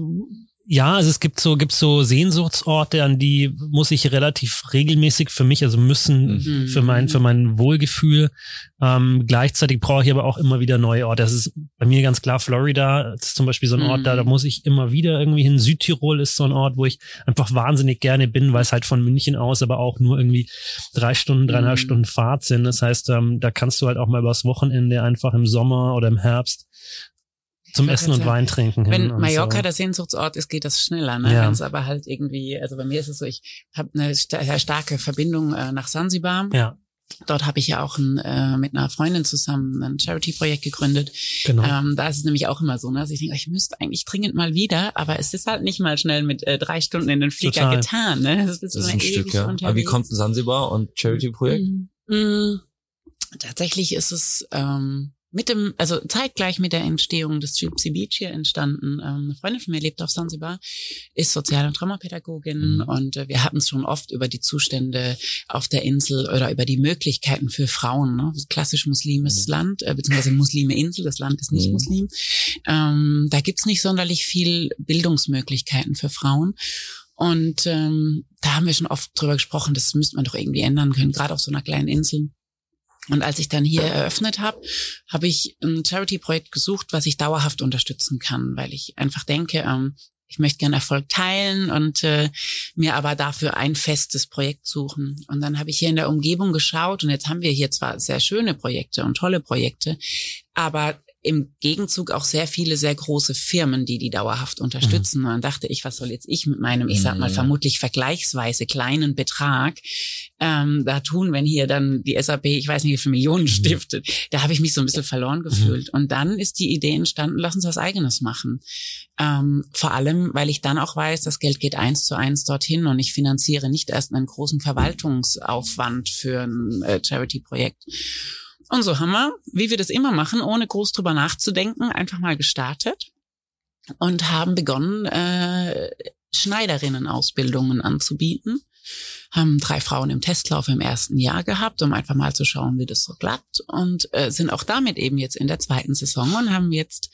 Ja, also es gibt so Sehnsuchtsorte, an die muss ich relativ regelmäßig für mich, also müssen für mein Wohlgefühl. Gleichzeitig brauche ich aber auch immer wieder neue Orte. Das ist bei mir ganz klar Florida. Das ist zum Beispiel so ein Ort, da muss ich immer wieder irgendwie hin. Südtirol ist so ein Ort, wo ich einfach wahnsinnig gerne bin, weil es halt von München aus aber auch nur irgendwie 3,5 Stunden Fahrt sind. Das heißt, da kannst du halt auch mal übers Wochenende einfach im Sommer oder im Herbst zum Essen und Wein trinken hin. Wenn Mallorca der Sehnsuchtsort ist, geht das schneller, ne? Ja. Wenn es aber halt irgendwie, also bei mir ist es so, ich habe eine sehr starke Verbindung nach Sansibar. Ja. Dort habe ich ja auch mit einer Freundin zusammen ein Charity-Projekt gegründet. Genau. Da ist es nämlich auch immer so, ne, dass ich denke, ich müsste eigentlich dringend mal wieder, aber es ist halt nicht mal schnell mit 3 Stunden in den Flieger getan. Ne? Das ist ein Stück, ja. Aber wie kommt ein Sansibar und Charity-Projekt? Tatsächlich ist es zeitgleich mit der Entstehung des Gypsy Beach hier entstanden. Eine Freundin von mir lebt auf Sansibar, ist Sozial- und Traumapädagogin und wir hatten es schon oft über die Zustände auf der Insel oder über die Möglichkeiten für Frauen. Ne? Klassisch muslimisches Land, beziehungsweise Muslime Insel, das Land ist nicht Muslim. Da gibt's nicht sonderlich viel Bildungsmöglichkeiten für Frauen. Und da haben wir schon oft drüber gesprochen, das müsste man doch irgendwie ändern können, gerade auf so einer kleinen Insel. Und als ich dann hier eröffnet habe, habe ich ein Charity-Projekt gesucht, was ich dauerhaft unterstützen kann, weil ich einfach denke, ich möchte gerne Erfolg teilen und mir aber dafür ein festes Projekt suchen. Und dann habe ich hier in der Umgebung geschaut und jetzt haben wir hier zwar sehr schöne Projekte und tolle Projekte, aber im Gegenzug auch sehr viele, sehr große Firmen, die dauerhaft unterstützen. Und dann dachte ich, was soll jetzt ich mit meinem, ich sag mal, vermutlich vergleichsweise kleinen Betrag da tun, wenn hier dann die SAP, ich weiß nicht, wie viele Millionen stiftet. Da habe ich mich so ein bisschen verloren gefühlt. Und dann ist die Idee entstanden, lass uns was Eigenes machen. Vor allem, weil ich dann auch weiß, das Geld geht 1:1 dorthin und ich finanziere nicht erst einen großen Verwaltungsaufwand für ein Charity-Projekt. Und so haben wir, wie wir das immer machen, ohne groß drüber nachzudenken, einfach mal gestartet und haben begonnen, Schneiderinnen-Ausbildungen anzubieten. Haben 3 Frauen im Testlauf im ersten Jahr gehabt, um einfach mal zu schauen, wie das so klappt und sind auch damit eben jetzt in der 2. Saison und haben jetzt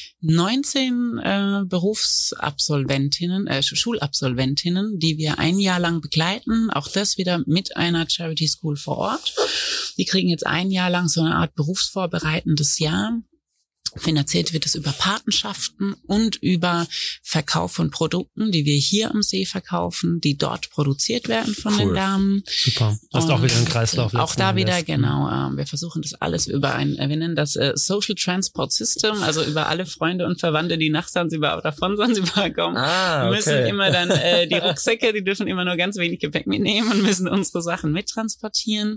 19 Berufsabsolventinnen, Schulabsolventinnen, die wir ein Jahr lang begleiten, auch das wieder mit einer Charity School vor Ort. Die kriegen jetzt ein Jahr lang so eine Art berufsvorbereitendes Jahr, Finanziert wird es über Patenschaften und über Verkauf von Produkten, die wir hier am See verkaufen, die dort produziert werden von den Damen. Super. Das ist auch wieder ein Kreislauf. Auch da wieder, genau. Wir versuchen das alles über wir nennen das Social Transport System, also über alle Freunde und Verwandte, die nach Zanzibar oder von Zanzibar kommen, müssen immer dann die Rucksäcke, die dürfen immer nur ganz wenig Gepäck mitnehmen und müssen unsere Sachen mittransportieren.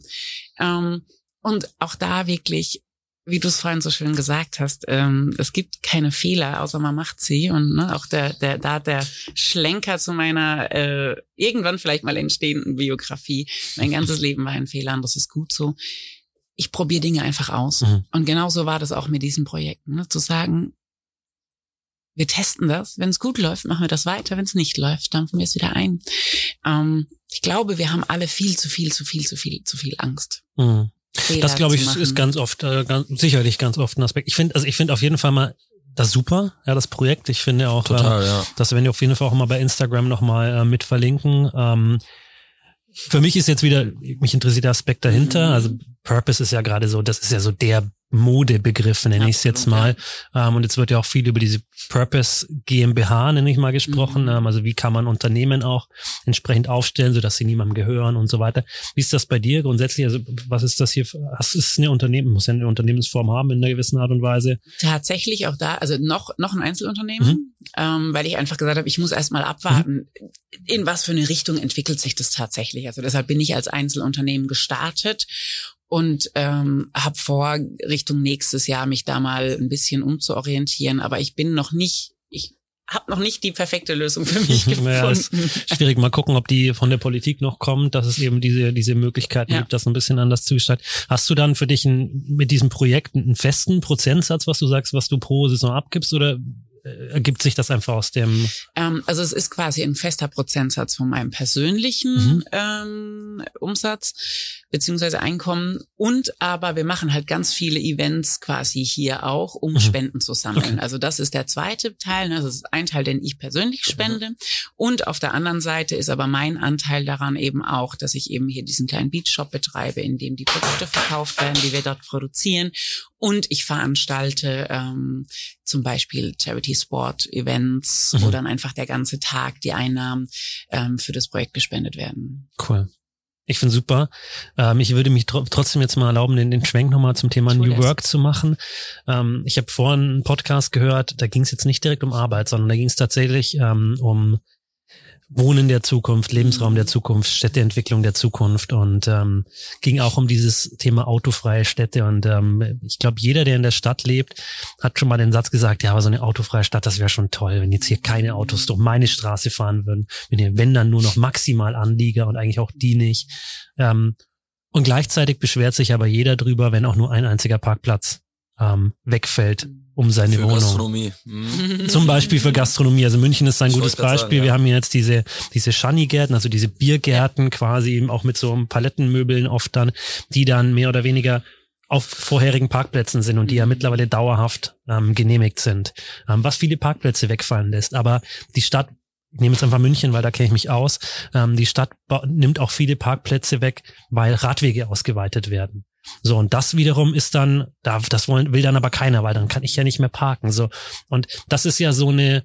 Und auch da wirklich, wie du es vorhin so schön gesagt hast, es gibt keine Fehler, außer man macht sie. Und auch der Schlenker zu meiner irgendwann vielleicht mal entstehenden Biografie. Mein ganzes Leben war ein Fehler und das ist gut so. Ich probiere Dinge einfach aus. Und genauso war das auch mit diesen Projekten. Zu sagen, wir testen das. Wenn es gut läuft, machen wir das weiter. Wenn es nicht läuft, dampfen wir es wieder ein. Ich glaube, wir haben alle viel zu viel Angst. Fehler das, glaube ich, ist ganz oft, sicherlich ganz oft ein Aspekt. Ich finde auf jeden Fall mal das super, ja, das Projekt. Ich finde auch, das werden wir auf jeden Fall auch mal bei Instagram nochmal mit verlinken. Für mich ist jetzt wieder, mich interessiert der Aspekt dahinter. Also Purpose ist ja gerade so, das ist ja so der Modebegriff, nenne ich es jetzt mal. Und jetzt wird ja auch viel über diese Purpose GmbH, nenne ich mal, gesprochen. Also wie kann man Unternehmen auch entsprechend aufstellen, sodass sie niemandem gehören und so weiter. Wie ist das bei dir grundsätzlich? Also was ist das hier? Ist eine Unternehmen, muss ja eine Unternehmensform haben in einer gewissen Art und Weise? Tatsächlich auch da, also noch ein Einzelunternehmen, weil ich einfach gesagt habe, ich muss erst mal abwarten, in was für eine Richtung entwickelt sich das tatsächlich. Also deshalb bin ich als Einzelunternehmen gestartet und habe vor, Richtung nächstes Jahr mich da mal ein bisschen umzuorientieren. Aber ich habe noch nicht die perfekte Lösung für mich gefunden. Ja, ist schwierig. Mal gucken, ob die von der Politik noch kommt, dass es eben diese Möglichkeiten gibt, das ein bisschen anders zu gestalten. Hast du dann für dich mit diesem Projekt einen festen Prozentsatz, was du sagst, was du pro Saison abgibst, oder ergibt sich das einfach aus dem? Also es ist quasi ein fester Prozentsatz von meinem persönlichen Umsatz beziehungsweise Einkommen, und aber wir machen halt ganz viele Events quasi hier auch, um Spenden zu sammeln. Okay. Also das ist der zweite Teil, das ist ein Teil, den ich persönlich spende, und auf der anderen Seite ist aber mein Anteil daran eben auch, dass ich eben hier diesen kleinen Beach-Shop betreibe, in dem die Produkte verkauft werden, die wir dort produzieren, und ich veranstalte zum Beispiel Charity-Sport-Events, wo dann einfach der ganze Tag die Einnahmen für das Projekt gespendet werden. Cool. Ich finde super. Ich würde mich trotzdem jetzt mal erlauben, den Schwenk nochmal zum Thema New Work zu machen. Ich habe vorhin einen Podcast gehört, da ging es jetzt nicht direkt um Arbeit, sondern da ging es tatsächlich um Wohnen der Zukunft, Lebensraum der Zukunft, Städteentwicklung der Zukunft, und ging auch um dieses Thema autofreie Städte. Und ich glaube, jeder, der in der Stadt lebt, hat schon mal den Satz gesagt, ja, aber so eine autofreie Stadt, das wäre schon toll, wenn jetzt hier keine Autos durch meine Straße fahren würden, wenn dann nur noch maximal Anlieger und eigentlich auch die nicht. Und gleichzeitig beschwert sich aber jeder drüber, wenn auch nur ein einziger Parkplatz wegfällt um seine für Wohnung. Gastronomie. Zum Beispiel für Gastronomie. Also München ist ein gutes Beispiel. Sagen, ja. Wir haben jetzt diese Schanigärten, also diese Biergärten quasi eben auch mit so Palettenmöbeln oft dann, die dann mehr oder weniger auf vorherigen Parkplätzen sind und die ja mittlerweile dauerhaft genehmigt sind. Was viele Parkplätze wegfallen lässt. Aber die Stadt, ich nehme jetzt einfach München, weil da kenne ich mich aus, die Stadt nimmt auch viele Parkplätze weg, weil Radwege ausgeweitet werden. So, und das wiederum ist dann, will dann aber keiner, weil dann kann ich ja nicht mehr parken. So, und das ist ja so eine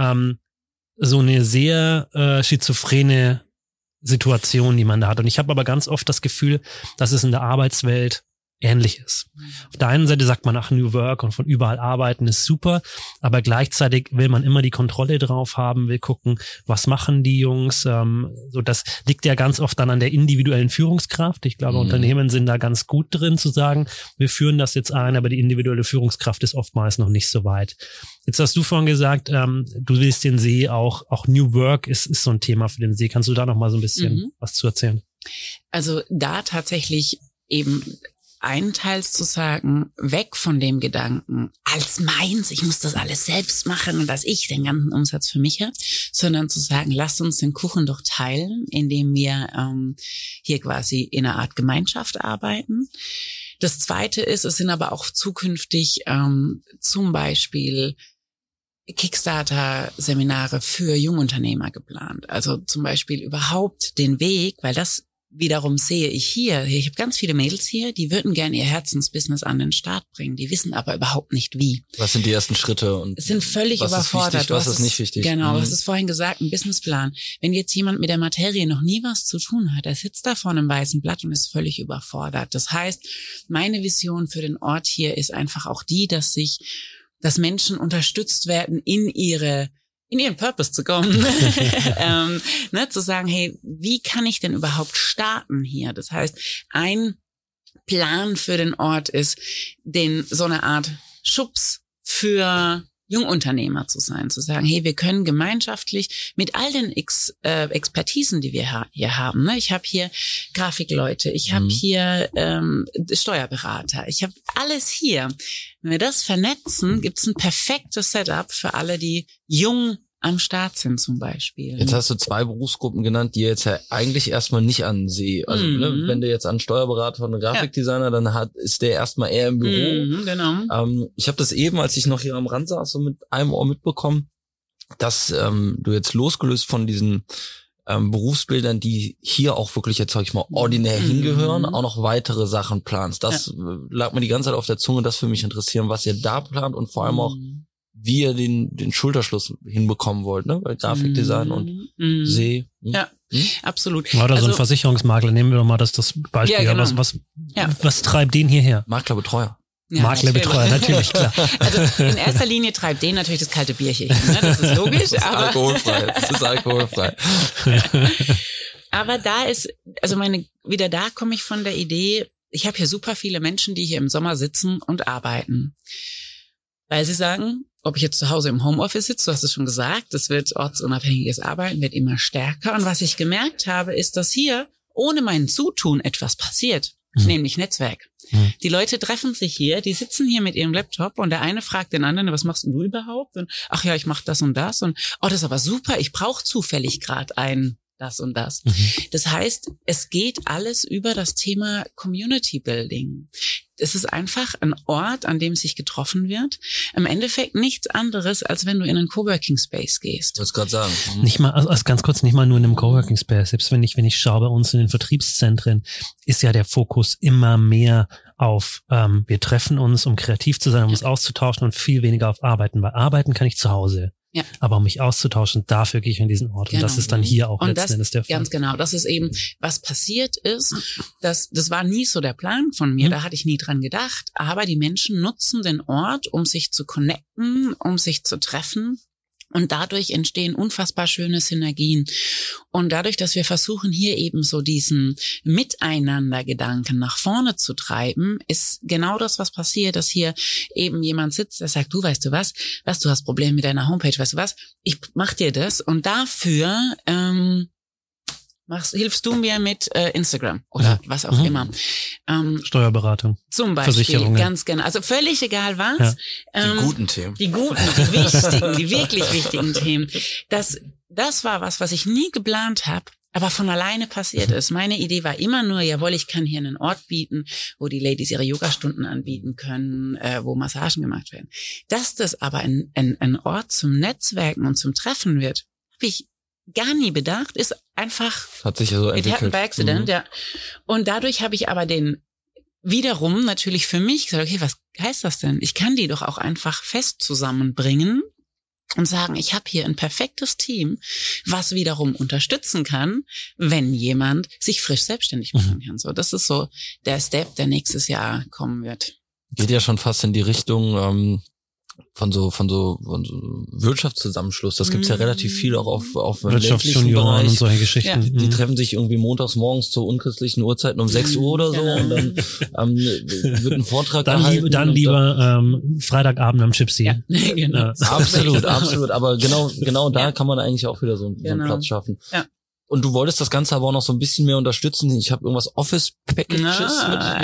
sehr schizophrene Situation, die man da hat. Und ich habe aber ganz oft das Gefühl, dass es in der Arbeitswelt ähnlich ist. Auf der einen Seite sagt man, ach, New Work und von überall arbeiten ist super, aber gleichzeitig will man immer die Kontrolle drauf haben, will gucken, was machen die Jungs. So, das liegt ja ganz oft dann an der individuellen Führungskraft. Ich glaube, Unternehmen sind da ganz gut drin zu sagen, wir führen das jetzt ein, aber die individuelle Führungskraft ist oftmals noch nicht so weit. Jetzt hast du vorhin gesagt, du willst den See auch New Work ist so ein Thema für den See. Kannst du da noch mal so ein bisschen was zu erzählen? Also da tatsächlich eben einteils zu sagen, weg von dem Gedanken, als meins, ich muss das alles selbst machen und dass ich den ganzen Umsatz für mich habe, sondern zu sagen, lasst uns den Kuchen doch teilen, indem wir hier quasi in einer Art Gemeinschaft arbeiten. Das Zweite ist, es sind aber auch zukünftig zum Beispiel Kickstarter-Seminare für Jungunternehmer geplant. Also zum Beispiel überhaupt den Weg, weil das wiederum sehe ich hier, ich habe ganz viele Mädels hier, die würden gerne ihr Herzensbusiness an den Start bringen, die wissen aber überhaupt nicht wie. Was sind die ersten Schritte? Und sind völlig was überfordert. Ist wichtig, was ist nicht wichtig? Genau, du hast es vorhin gesagt, ein Businessplan. Wenn jetzt jemand mit der Materie noch nie was zu tun hat, der sitzt da vor einem weißen Blatt und ist völlig überfordert. Das heißt, meine Vision für den Ort hier ist einfach auch die, dass Menschen unterstützt werden, in ihren Purpose zu kommen, zu sagen, hey, wie kann ich denn überhaupt starten hier? Das heißt, ein Plan für den Ort ist, so eine Art Schubs für Jungunternehmer zu sein, zu sagen, hey, wir können gemeinschaftlich mit all den Expertisen, die wir hier haben, ne? Ich habe hier Grafikleute, ich habe hier Steuerberater, ich habe alles hier. Wenn wir das vernetzen, gibt's ein perfektes Setup für alle, die jung am Start sind zum Beispiel. Jetzt hast du 2 Berufsgruppen genannt, die jetzt ja eigentlich erstmal nicht ansehen. Also wenn du jetzt an Steuerberater und Grafikdesigner, dann ist der erstmal eher im Büro. Genau. Ich habe das eben, als ich noch hier am Rand saß, so mit einem Ohr mitbekommen, dass du jetzt losgelöst von diesen Berufsbildern, die hier auch wirklich jetzt, sag ich mal, ordinär hingehören, auch noch weitere Sachen planst. Das lag mir die ganze Zeit auf der Zunge, das für mich interessieren, was ihr da plant und vor allem auch, wie ihr den Schulterschluss hinbekommen wollt, ne? Weil Grafikdesign und See. Ja, absolut. Oder so ein Versicherungsmakler, nehmen wir doch mal das Beispiel. Ja, genau. Was treibt den hierher? Maklerbetreuer. Ja, Maklerbetreuer, natürlich, klar. Also in erster Linie treibt den natürlich das kalte Bier hier hin, ne? Das ist logisch. Das ist alkoholfrei. Das ist alkoholfrei. Aber da komme ich von der Idee, ich habe hier super viele Menschen, die hier im Sommer sitzen und arbeiten. Weil sie sagen, ob ich jetzt zu Hause im Homeoffice sitze, du hast es schon gesagt, das wird ortsunabhängiges Arbeiten, wird immer stärker. Und was ich gemerkt habe, ist, dass hier ohne mein Zutun etwas passiert, nämlich Netzwerk. Die Leute treffen sich hier, die sitzen hier mit ihrem Laptop und der eine fragt den anderen, was machst denn du überhaupt? Und ach ja, ich mache das und das. Und das ist aber super, ich brauche zufällig gerade das und das. Das heißt, es geht alles über das Thema Community Building. Es ist einfach ein Ort, an dem sich getroffen wird. Im Endeffekt nichts anderes, als wenn du in einen Coworking Space gehst. Ich wollte es gerade sagen. Nicht mal, also ganz kurz, nicht mal nur in einem Coworking Space. Selbst wenn ich schaue bei uns in den Vertriebszentren, ist ja der Fokus immer mehr auf, wir treffen uns, um kreativ zu sein, um uns auszutauschen und viel weniger auf Arbeiten. Weil Arbeiten kann ich zu Hause. Ja. Aber um mich auszutauschen, dafür gehe ich in diesen Ort. Genau. Und das ist dann hier auch letzten Endes der Fall. Ganz genau. Das ist eben, was passiert ist. Das war nie so der Plan von mir. Da hatte ich nie dran gedacht. Aber die Menschen nutzen den Ort, um sich zu connecten, um sich zu treffen. Und dadurch entstehen unfassbar schöne Synergien. Und dadurch, dass wir versuchen, hier eben so diesen Miteinander-Gedanken nach vorne zu treiben, ist genau das, was passiert, dass hier eben jemand sitzt, der sagt, du, weißt du was, du hast Probleme mit deiner Homepage, weißt du was, ich mach dir das und dafür hilfst du mir mit Instagram oder was auch immer. Steuerberatung. Zum Beispiel, Versicherungen. Ganz genau. Also völlig egal was. Ja. Die guten Themen. Die guten, die wichtigen, die wirklich wichtigen Themen. Das war was ich nie geplant habe, aber von alleine passiert ist. Meine Idee war immer nur, jawohl, ich kann hier einen Ort bieten, wo die Ladies ihre Yogastunden anbieten können, wo Massagen gemacht werden. Dass das aber ein Ort zum Netzwerken und zum Treffen wird, habe ich gar nie bedacht, ist einfach, hat sich ja so entwickelt. It happened by accident, ja. Und dadurch habe ich aber wiederum natürlich für mich gesagt, okay, was heißt das denn? Ich kann die doch auch einfach fest zusammenbringen und sagen, ich habe hier ein perfektes Team, was wiederum unterstützen kann, wenn jemand sich frisch selbstständig machen kann. So, das ist so der Step, der nächstes Jahr kommen wird. Geht ja schon fast in die Richtung von so Wirtschaftszusammenschluss. Das gibt's ja relativ viel auch auf Wirtschaftsjunioren und solche Geschichten. Ja. Die treffen sich irgendwie montags morgens zu unchristlichen Uhrzeiten um 6 Uhr oder so und dann wird ein Vortrag gehalten. Dann lieber Freitagabend am Gypsy. Ja, genau. Absolut. Aber genau da kann man eigentlich auch wieder so einen Platz schaffen. Ja. Und du wolltest das Ganze aber auch noch so ein bisschen mehr unterstützen. Ich habe irgendwas Office-Packages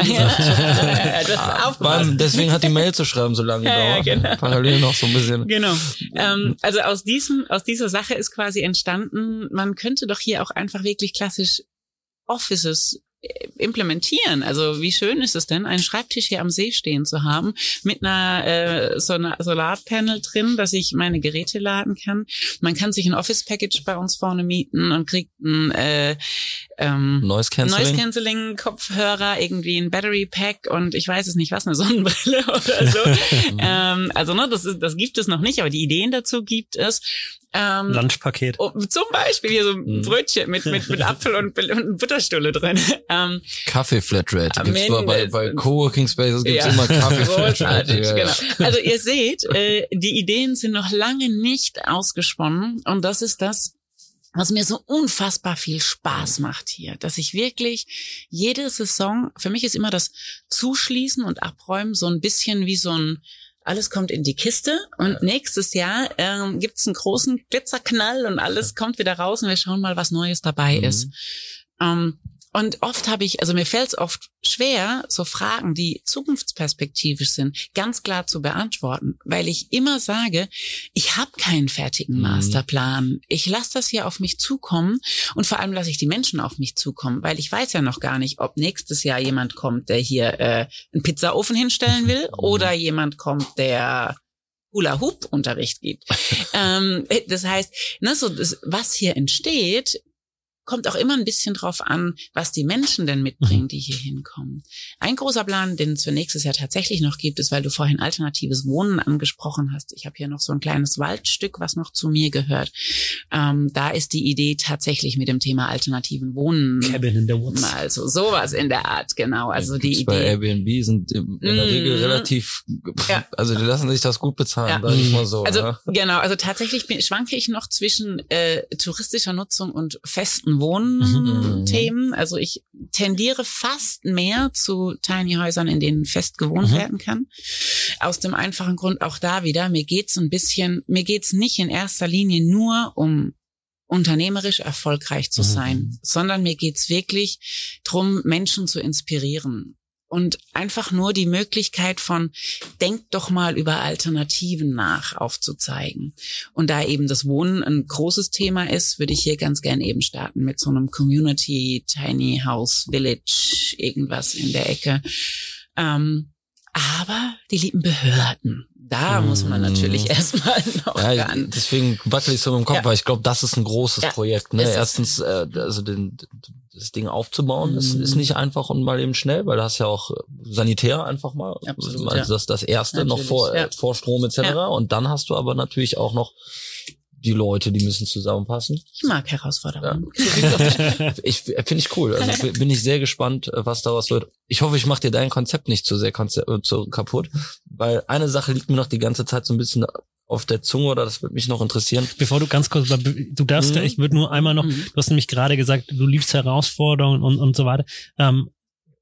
mit. Deswegen hat die Mail zu schreiben so lange gedauert. Ja, genau. Parallel noch so ein bisschen. Genau. Also aus dieser Sache ist quasi entstanden, man könnte doch hier auch einfach wirklich klassisch Offices implementieren. Also wie schön ist es denn, einen Schreibtisch hier am See stehen zu haben mit einer Solarpanel drin, dass ich meine Geräte laden kann. Man kann sich ein Office-Package bei uns vorne mieten und kriegt ein Noise Cancelling Kopfhörer, irgendwie ein Battery Pack und ich weiß es nicht was, eine Sonnenbrille oder so. Also ne, das gibt es noch nicht, aber die Ideen dazu gibt es. Lunchpaket. Zum Beispiel hier so ein Brötchen mit Apfel und Butterstulle drin. Kaffee-Flatrate. Gibt's bei Coworking Spaces gibt's immer Kaffee-Flatrate. Genau. Also ihr seht, die Ideen sind noch lange nicht ausgesponnen und das ist das, was mir so unfassbar viel Spaß macht hier, dass ich wirklich jede Saison, für mich ist immer das Zuschließen und Abräumen so ein bisschen wie so ein alles kommt in die Kiste und nächstes Jahr gibt's einen großen Glitzerknall und alles kommt wieder raus und wir schauen mal, was Neues dabei ist. Und oft mir fällt es oft schwer, so Fragen, die zukunftsperspektivisch sind, ganz klar zu beantworten, weil ich immer sage, ich habe keinen fertigen Masterplan. Ich lasse das hier auf mich zukommen und vor allem lasse ich die Menschen auf mich zukommen, weil ich weiß ja noch gar nicht, ob nächstes Jahr jemand kommt, der hier einen Pizzaofen hinstellen will oder jemand kommt, der Hula-Hoop-Unterricht gibt. Das heißt, was hier entsteht, kommt auch immer ein bisschen drauf an, was die Menschen denn mitbringen, die hier hinkommen. Ein großer Plan, den es für nächstes Jahr tatsächlich noch gibt, ist, weil du vorhin alternatives Wohnen angesprochen hast. Ich habe hier noch so ein kleines Waldstück, was noch zu mir gehört. Da ist die Idee tatsächlich mit dem Thema alternativen Wohnen. Cabin in the Woods. Also sowas in der Art, genau. Also die Idee. Bei Airbnb sind in der Regel relativ, also die lassen sich das gut bezahlen, sag ich mal so. Also genau, also tatsächlich schwanke ich noch zwischen touristischer Nutzung und festen Wohnthemen. Also ich tendiere fast mehr zu Tiny Häusern, in denen fest gewohnt werden kann. Aus dem einfachen Grund auch da wieder, mir geht's nicht in erster Linie nur um unternehmerisch erfolgreich zu sein, sondern mir geht's wirklich drum, Menschen zu inspirieren. Und einfach nur die Möglichkeit von, denkt doch mal über Alternativen nach, aufzuzeigen. Und da eben das Wohnen ein großes Thema ist, würde ich hier ganz gern eben starten mit so einem Community, Tiny House, Village, irgendwas in der Ecke. Aber die lieben Behörden, da muss man natürlich erstmal noch ran. Deswegen wackel ich so im Kopf, weil ich glaube, das ist ein großes Projekt. Ne? Erstens, also das Ding aufzubauen, ist nicht einfach und mal eben schnell, weil du hast ja auch sanitär einfach mal. Absolut, also das Erste natürlich, noch vor Strom etc. Ja. Und dann hast du aber natürlich auch noch die Leute, die müssen zusammenpassen. Ich mag Herausforderungen. Ja. Finde ich cool. Also bin ich sehr gespannt, was daraus wird. Ich hoffe, ich mache dir dein Konzept nicht zu sehr kaputt, weil eine Sache liegt mir noch die ganze Zeit so ein bisschen auf der Zunge oder das würde mich noch interessieren. Bevor du ganz kurz, du darfst, ich würde nur einmal noch, du hast nämlich gerade gesagt, du liebst Herausforderungen und so weiter. Und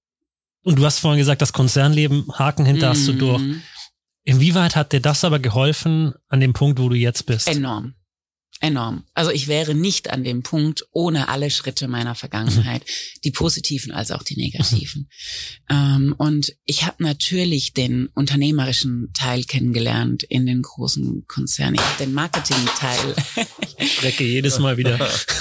du hast vorhin gesagt, das Konzernleben, Haken hinter hast du durch. Inwieweit hat dir das aber geholfen an dem Punkt, wo du jetzt bist? Enorm. Also ich wäre nicht an dem Punkt ohne alle Schritte meiner Vergangenheit, die positiven als auch die negativen. Und ich habe natürlich den unternehmerischen Teil kennengelernt in den großen Konzernen. Ich habe den Marketing-Teil. Ich schrecke jedes Mal wieder.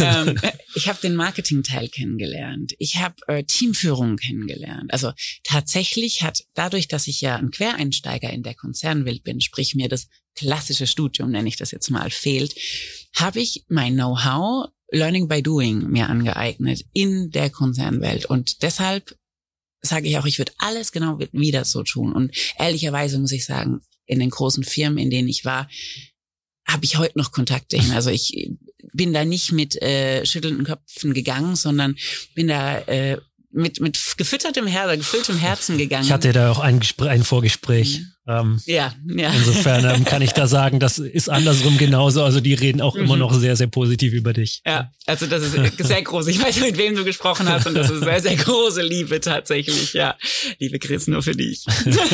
Ich habe den Marketing-Teil kennengelernt. Ich habe Teamführung kennengelernt. Also tatsächlich hat dadurch, dass ich ja ein Quereinsteiger in der Konzernwelt bin, sprich mir das klassische Studium, nenne ich das jetzt mal, fehlt, habe ich mein Know-how Learning by Doing mir angeeignet in der Konzernwelt. Und deshalb sage ich auch, ich würde alles genau wieder so tun. Und ehrlicherweise muss ich sagen, in den großen Firmen, in denen ich war, habe ich heute noch Kontakte hin. Also ich bin da nicht mit schüttelnden Köpfen gegangen, sondern bin da mit gefülltem Herzen gegangen. Ich hatte da auch ein Vorgespräch. Ja. Insofern kann ich da sagen, das ist andersrum genauso. Also die reden auch immer noch sehr, sehr positiv über dich. Ja, also das ist sehr groß. Ich weiß, mit wem du gesprochen hast und das ist sehr, sehr große Liebe tatsächlich. Ja, liebe Chris, nur für dich.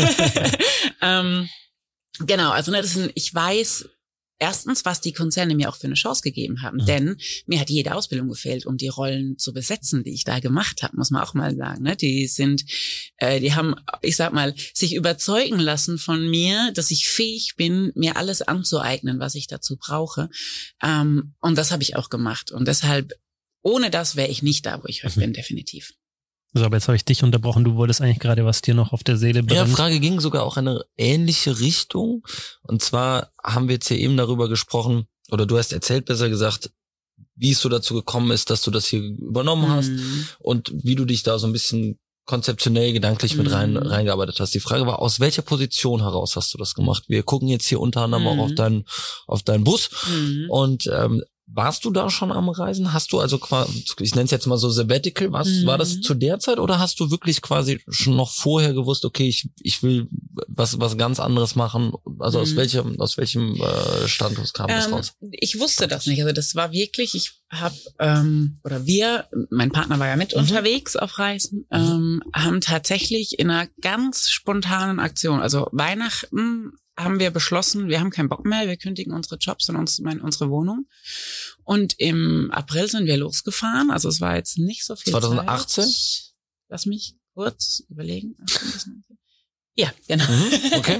Genau, also ich weiß erstens, was die Konzerne mir auch für eine Chance gegeben haben. Denn mir hat jede Ausbildung gefehlt, um die Rollen zu besetzen, die ich da gemacht habe, muss man auch mal sagen. Ne? Die haben, ich sag mal, sich überzeugen lassen von mir, dass ich fähig bin, mir alles anzueignen, was ich dazu brauche. Und das habe ich auch gemacht. Und deshalb, ohne das wäre ich nicht da, wo ich heute bin, definitiv. So, aber jetzt habe ich dich unterbrochen. Du wolltest eigentlich gerade, was dir noch auf der Seele brennt. Ja, Frage ging sogar auch in eine ähnliche Richtung. Und zwar haben wir jetzt hier eben darüber gesprochen, oder du hast erzählt, besser gesagt, wie es so dazu gekommen ist, dass du das hier übernommen hast und wie du dich da so ein bisschen konzeptionell, gedanklich mit reingearbeitet hast. Die Frage war, aus welcher Position heraus hast du das gemacht? Wir gucken jetzt hier unter anderem auch auf deinen Bus und warst du da schon am Reisen? Hast du also quasi, ich nenne es jetzt mal so Sabbatical, war das zu der Zeit oder hast du wirklich quasi schon noch vorher gewusst, okay, ich will was ganz anderes machen? Also aus welchem Standpunkt kam das raus? Ich wusste das nicht. Also das war wirklich, ich habe mein Partner war ja mit unterwegs auf Reisen, haben tatsächlich in einer ganz spontanen Aktion, also Weihnachten, haben wir beschlossen, wir haben keinen Bock mehr, wir kündigen unsere Jobs und unsere Wohnung. Und im April sind wir losgefahren, also es war jetzt nicht so viel 2018? Zeit. Lass mich kurz überlegen. Ja, genau. Okay.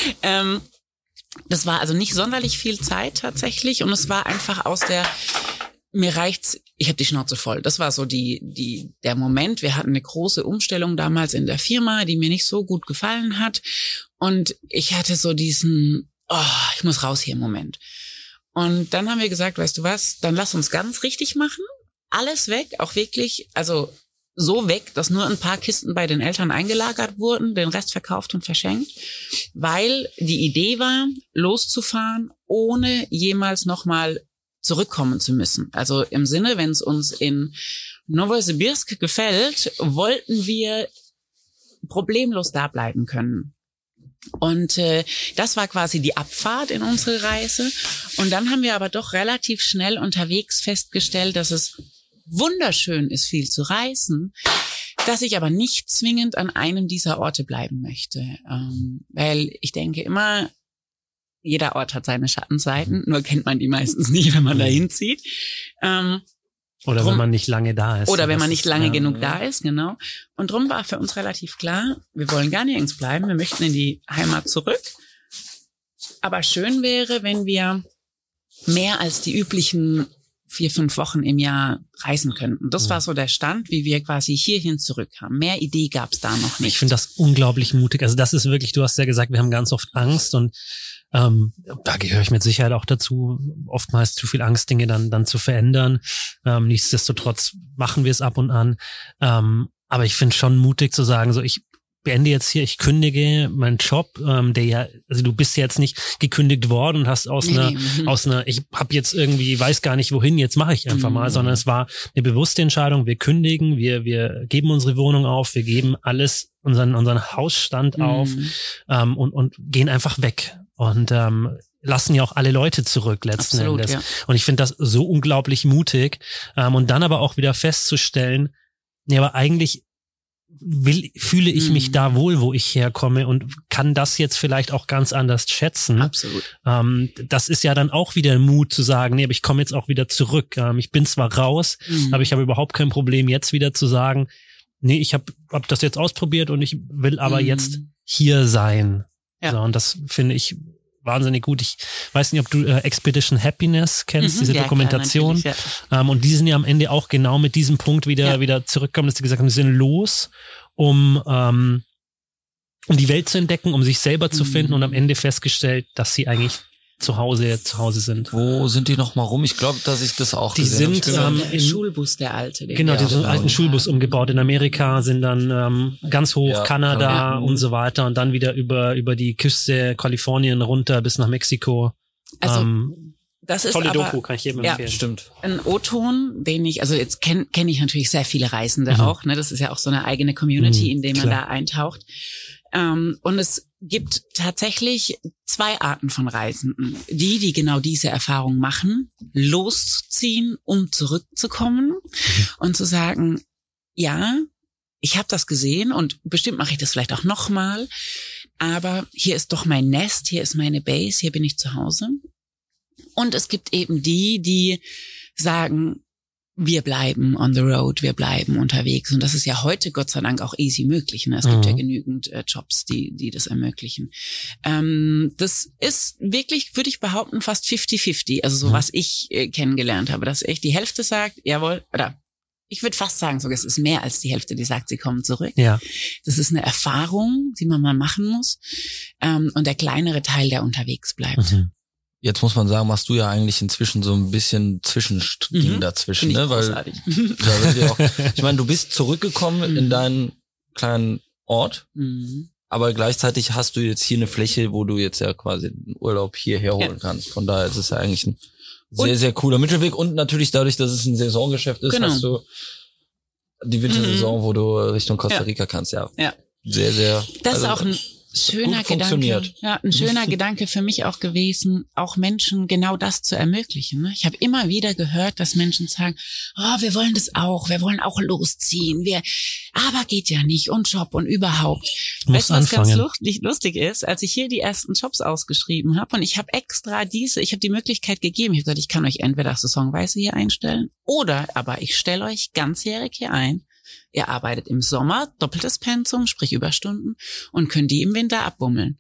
Das war also nicht sonderlich viel Zeit tatsächlich und es war einfach mir reicht's, ich habe die Schnauze voll. Das war so der Moment. Wir hatten eine große Umstellung damals in der Firma, die mir nicht so gut gefallen hat. Und ich hatte so diesen, ich muss raus hier im Moment. Und dann haben wir gesagt, weißt du was, dann lass uns ganz richtig machen. Alles weg, auch wirklich, also so weg, dass nur ein paar Kisten bei den Eltern eingelagert wurden, den Rest verkauft und verschenkt. Weil die Idee war, loszufahren, ohne jemals nochmal zurückkommen zu müssen. Also im Sinne, wenn es uns in Novosibirsk gefällt, wollten wir problemlos da bleiben können. Und das war quasi die Abfahrt in unsere Reise. Und dann haben wir aber doch relativ schnell unterwegs festgestellt, dass es wunderschön ist, viel zu reisen, dass ich aber nicht zwingend an einem dieser Orte bleiben möchte. Weil ich denke immer, jeder Ort hat seine Schattenseiten, nur kennt man die meistens nicht, wenn man dahin zieht. Oder wenn man nicht lange da ist. Oder wenn man nicht lange genug da ist, genau. Und drum war für uns relativ klar, wir wollen gar nirgends bleiben, wir möchten in die Heimat zurück. Aber schön wäre, wenn wir mehr als die üblichen 4-5 Wochen im Jahr reisen könnten. Das war so der Stand, wie wir quasi hierhin zurückkamen. Mehr Idee gab's da noch nicht. Ich finde das unglaublich mutig. Also das ist wirklich, du hast ja gesagt, wir haben ganz oft Angst und da gehöre ich mit Sicherheit auch dazu, oftmals zu viel Angst, Dinge dann zu verändern. Nichtsdestotrotz machen wir es ab und an. Aber ich finde schon mutig zu sagen, so ich beende jetzt hier, ich kündige meinen Job, der ja, also du bist jetzt nicht gekündigt worden und hast aus einer, ich habe jetzt irgendwie, weiß gar nicht wohin, jetzt mache ich einfach mal, sondern es war eine bewusste Entscheidung, wir kündigen, wir geben unsere Wohnung auf, wir geben alles, unseren Hausstand auf und gehen einfach weg und lassen ja auch alle Leute zurück letzten Endes. Ja. Und ich finde das so unglaublich mutig und dann aber auch wieder festzustellen, ja, aber eigentlich fühle ich mich da wohl, wo ich herkomme und kann das jetzt vielleicht auch ganz anders schätzen. Absolut. Das ist ja dann auch wieder Mut zu sagen, nee, aber ich komme jetzt auch wieder zurück. Ich bin zwar raus, aber ich habe überhaupt kein Problem jetzt wieder zu sagen, nee, ich hab das jetzt ausprobiert und ich will aber jetzt hier sein. Ja. So, und das finde ich wahnsinnig gut. Ich weiß nicht, ob du Expedition Happiness kennst, diese Dokumentation. Klar, ja. Und die sind ja am Ende auch genau mit diesem Punkt wieder zurückgekommen, dass sie gesagt haben, sie sind los, um die Welt zu entdecken, um sich selber zu finden und am Ende festgestellt, dass sie eigentlich zu Hause sind. Wo sind die noch mal rum? Ich glaube, dass ich das auch gesehen habe. Die sind im Schulbus, der alte. Genau, die sind alten Schulbus umgebaut in Amerika, sind dann ganz hoch Kanada und so weiter und dann wieder über die Küste Kalifornien runter bis nach Mexiko. Also das ist tolle aber, Doku, kann ich jedem empfehlen. Stimmt. Ein O-Ton, den ich, also jetzt kenn ich natürlich sehr viele Reisende auch, ne? Das ist ja auch so eine eigene Community, in der man da eintaucht. Und es gibt tatsächlich 2 Arten von Reisenden. Die genau diese Erfahrung machen, loszuziehen, um zurückzukommen und zu sagen, ja, ich habe das gesehen und bestimmt mache ich das vielleicht auch nochmal, aber hier ist doch mein Nest, hier ist meine Base, hier bin ich zu Hause. Und es gibt eben die sagen, wir bleiben on the road, wir bleiben unterwegs. Und das ist ja heute Gott sei Dank auch easy möglich. Ne? Es gibt ja genügend Jobs, die das ermöglichen. Das ist wirklich, würde ich behaupten, fast 50-50. Also so was ich kennengelernt habe, dass echt die Hälfte sagt, jawohl, oder ich würde fast sagen, sogar es ist mehr als die Hälfte, die sagt, sie kommen zurück. Ja. Das ist eine Erfahrung, die man mal machen muss. Und der kleinere Teil, der unterwegs bleibt. Jetzt muss man sagen, machst du ja eigentlich inzwischen so ein bisschen Zwischending dazwischen, ne? Weil da sind wir auch, ich meine, du bist zurückgekommen in deinen kleinen Ort, aber gleichzeitig hast du jetzt hier eine Fläche, wo du jetzt ja quasi den Urlaub hierher holen kannst. Von daher ist es ja eigentlich ein sehr, sehr cooler Mittelweg und natürlich dadurch, dass es ein Saisongeschäft ist, hast du die Wintersaison, wo du Richtung Costa Rica kannst. Ja. Sehr, sehr. Das ist auch ein schöner Gedanke. Ja, ein schöner Gedanke für mich auch gewesen, auch Menschen genau das zu ermöglichen. Ich habe immer wieder gehört, dass Menschen sagen, wir wollen das auch, wir wollen auch losziehen, aber geht ja nicht und Job und überhaupt. Weißt du, was ganz lustig ist, als ich hier die ersten Jobs ausgeschrieben habe und ich habe extra ich habe die Möglichkeit gegeben, ich habe gesagt, ich kann euch entweder saisonweise hier einstellen oder aber ich stelle euch ganzjährig hier ein. Ihr arbeitet im Sommer, doppeltes Pensum, sprich Überstunden und könnt die im Winter abbummeln.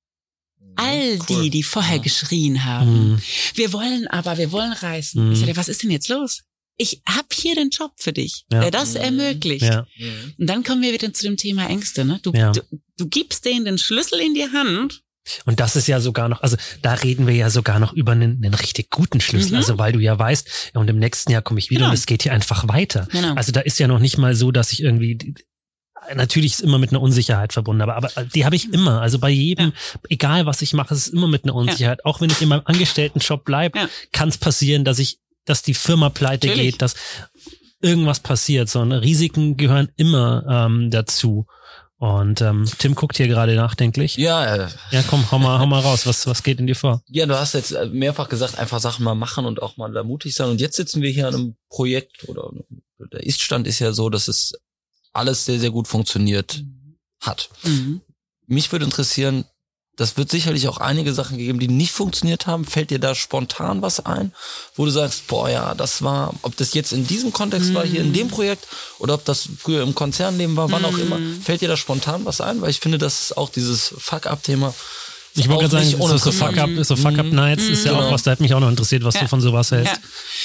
All die vorher geschrien haben, wir wollen reisen. Ich sage, was ist denn jetzt los? Ich habe hier den Job für dich, der das ermöglicht. Ja. Und dann kommen wir wieder zu dem Thema Ängste. Ne? Du gibst denen den Schlüssel in die Hand. Und das ist ja sogar noch, also da reden wir ja sogar noch über einen richtig guten Schlüssel, also weil du ja weißt, und im nächsten Jahr komme ich wieder und es geht hier einfach weiter. Genau. Also da ist ja noch nicht mal so, dass ich irgendwie, natürlich ist immer mit einer Unsicherheit verbunden, aber die habe ich immer, also bei jedem, egal was ich mache, es ist immer mit einer Unsicherheit. Auch wenn ich in meinem Angestelltenjob bleibe, kann es passieren, dass die Firma pleite geht, dass irgendwas passiert. So, ne? Risiken gehören immer dazu. Und Tim guckt hier gerade nachdenklich. Ja, komm, hau mal raus. Was geht in dir vor? Ja, du hast jetzt mehrfach gesagt, einfach Sachen mal machen und auch mal da mutig sein. Und jetzt sitzen wir hier an einem Projekt oder der Ist-Stand ist ja so, dass es alles sehr, sehr gut funktioniert hat. Mich würde interessieren, das wird sicherlich auch einige Sachen gegeben, die nicht funktioniert haben. Fällt dir da spontan was ein, wo du sagst, das war, ob das jetzt in diesem Kontext war, hier in dem Projekt, oder ob das früher im Konzernleben war, wann auch immer. Fällt dir da spontan was ein? Weil ich finde, das ist auch dieses Fuck-Up-Thema. Ich wollte gerade sagen, so Fuck-Up-Nights ist ja auch was, da hat mich auch noch interessiert, was du von sowas hältst.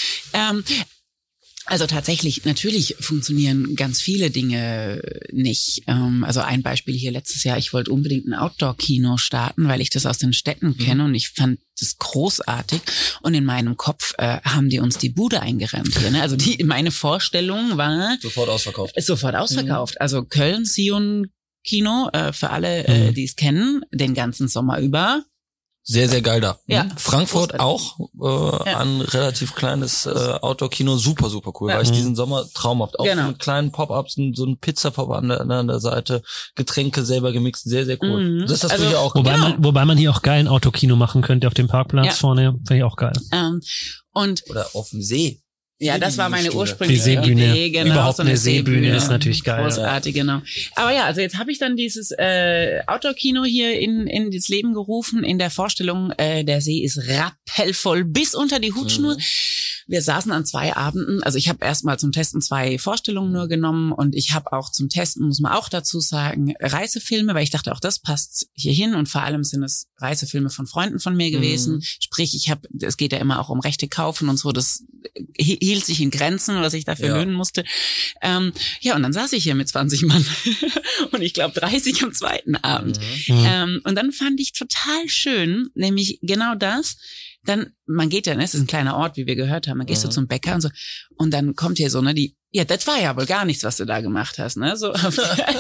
Also tatsächlich, natürlich funktionieren ganz viele Dinge nicht. Also ein Beispiel hier letztes Jahr, ich wollte unbedingt ein Outdoor-Kino starten, weil ich das aus den Städten kenne und ich fand das großartig. Und in meinem Kopf haben die uns die Bude eingerannt hier. Ne? Also meine Vorstellung war... Sofort ausverkauft. Also Köln, Sion Kino, für alle, die es kennen, den ganzen Sommer über. Sehr, sehr geil da. Ja. Frankfurt auch, ein relativ kleines Outdoor-Kino, super, super cool, weil ich diesen Sommer traumhaft, auch mit kleinen Pop-Ups, so ein Pizza-Pop an der Seite, Getränke selber gemixt, sehr, sehr cool. Das ist das also, auch. Wobei man hier auch geil ein Autokino machen könnte auf dem Parkplatz vorne, finde ich auch geil. Oder auf dem See. Ja, das war meine ursprüngliche Idee. Genau, überhaupt so eine Seebühne ist natürlich geil. Großartig, genau. Aber ja, also jetzt habe ich dann dieses Outdoor-Kino hier in das Leben gerufen, in der Vorstellung, der See ist rappelvoll bis unter die Hutschnur. Wir saßen an 2 Abenden, also ich habe erstmal zum Testen 2 Vorstellungen nur genommen und ich habe auch zum Testen, muss man auch dazu sagen, Reisefilme, weil ich dachte, auch das passt hier hin und vor allem sind es Reisefilme von Freunden von mir gewesen. Sprich, es geht ja immer auch um Rechte kaufen und so, das hielt sich in Grenzen, was ich dafür löhnen musste. Und dann saß ich hier mit 20 Mann und ich glaube 30 am zweiten Abend. Und dann fand ich total schön, nämlich genau das. Dann, man geht ja, ne, es ist ein kleiner Ort, wie wir gehört haben, man gehst so zum Bäcker und so, und dann kommt hier so, ne, das war ja wohl gar nichts, was du da gemacht hast, ne, so, echt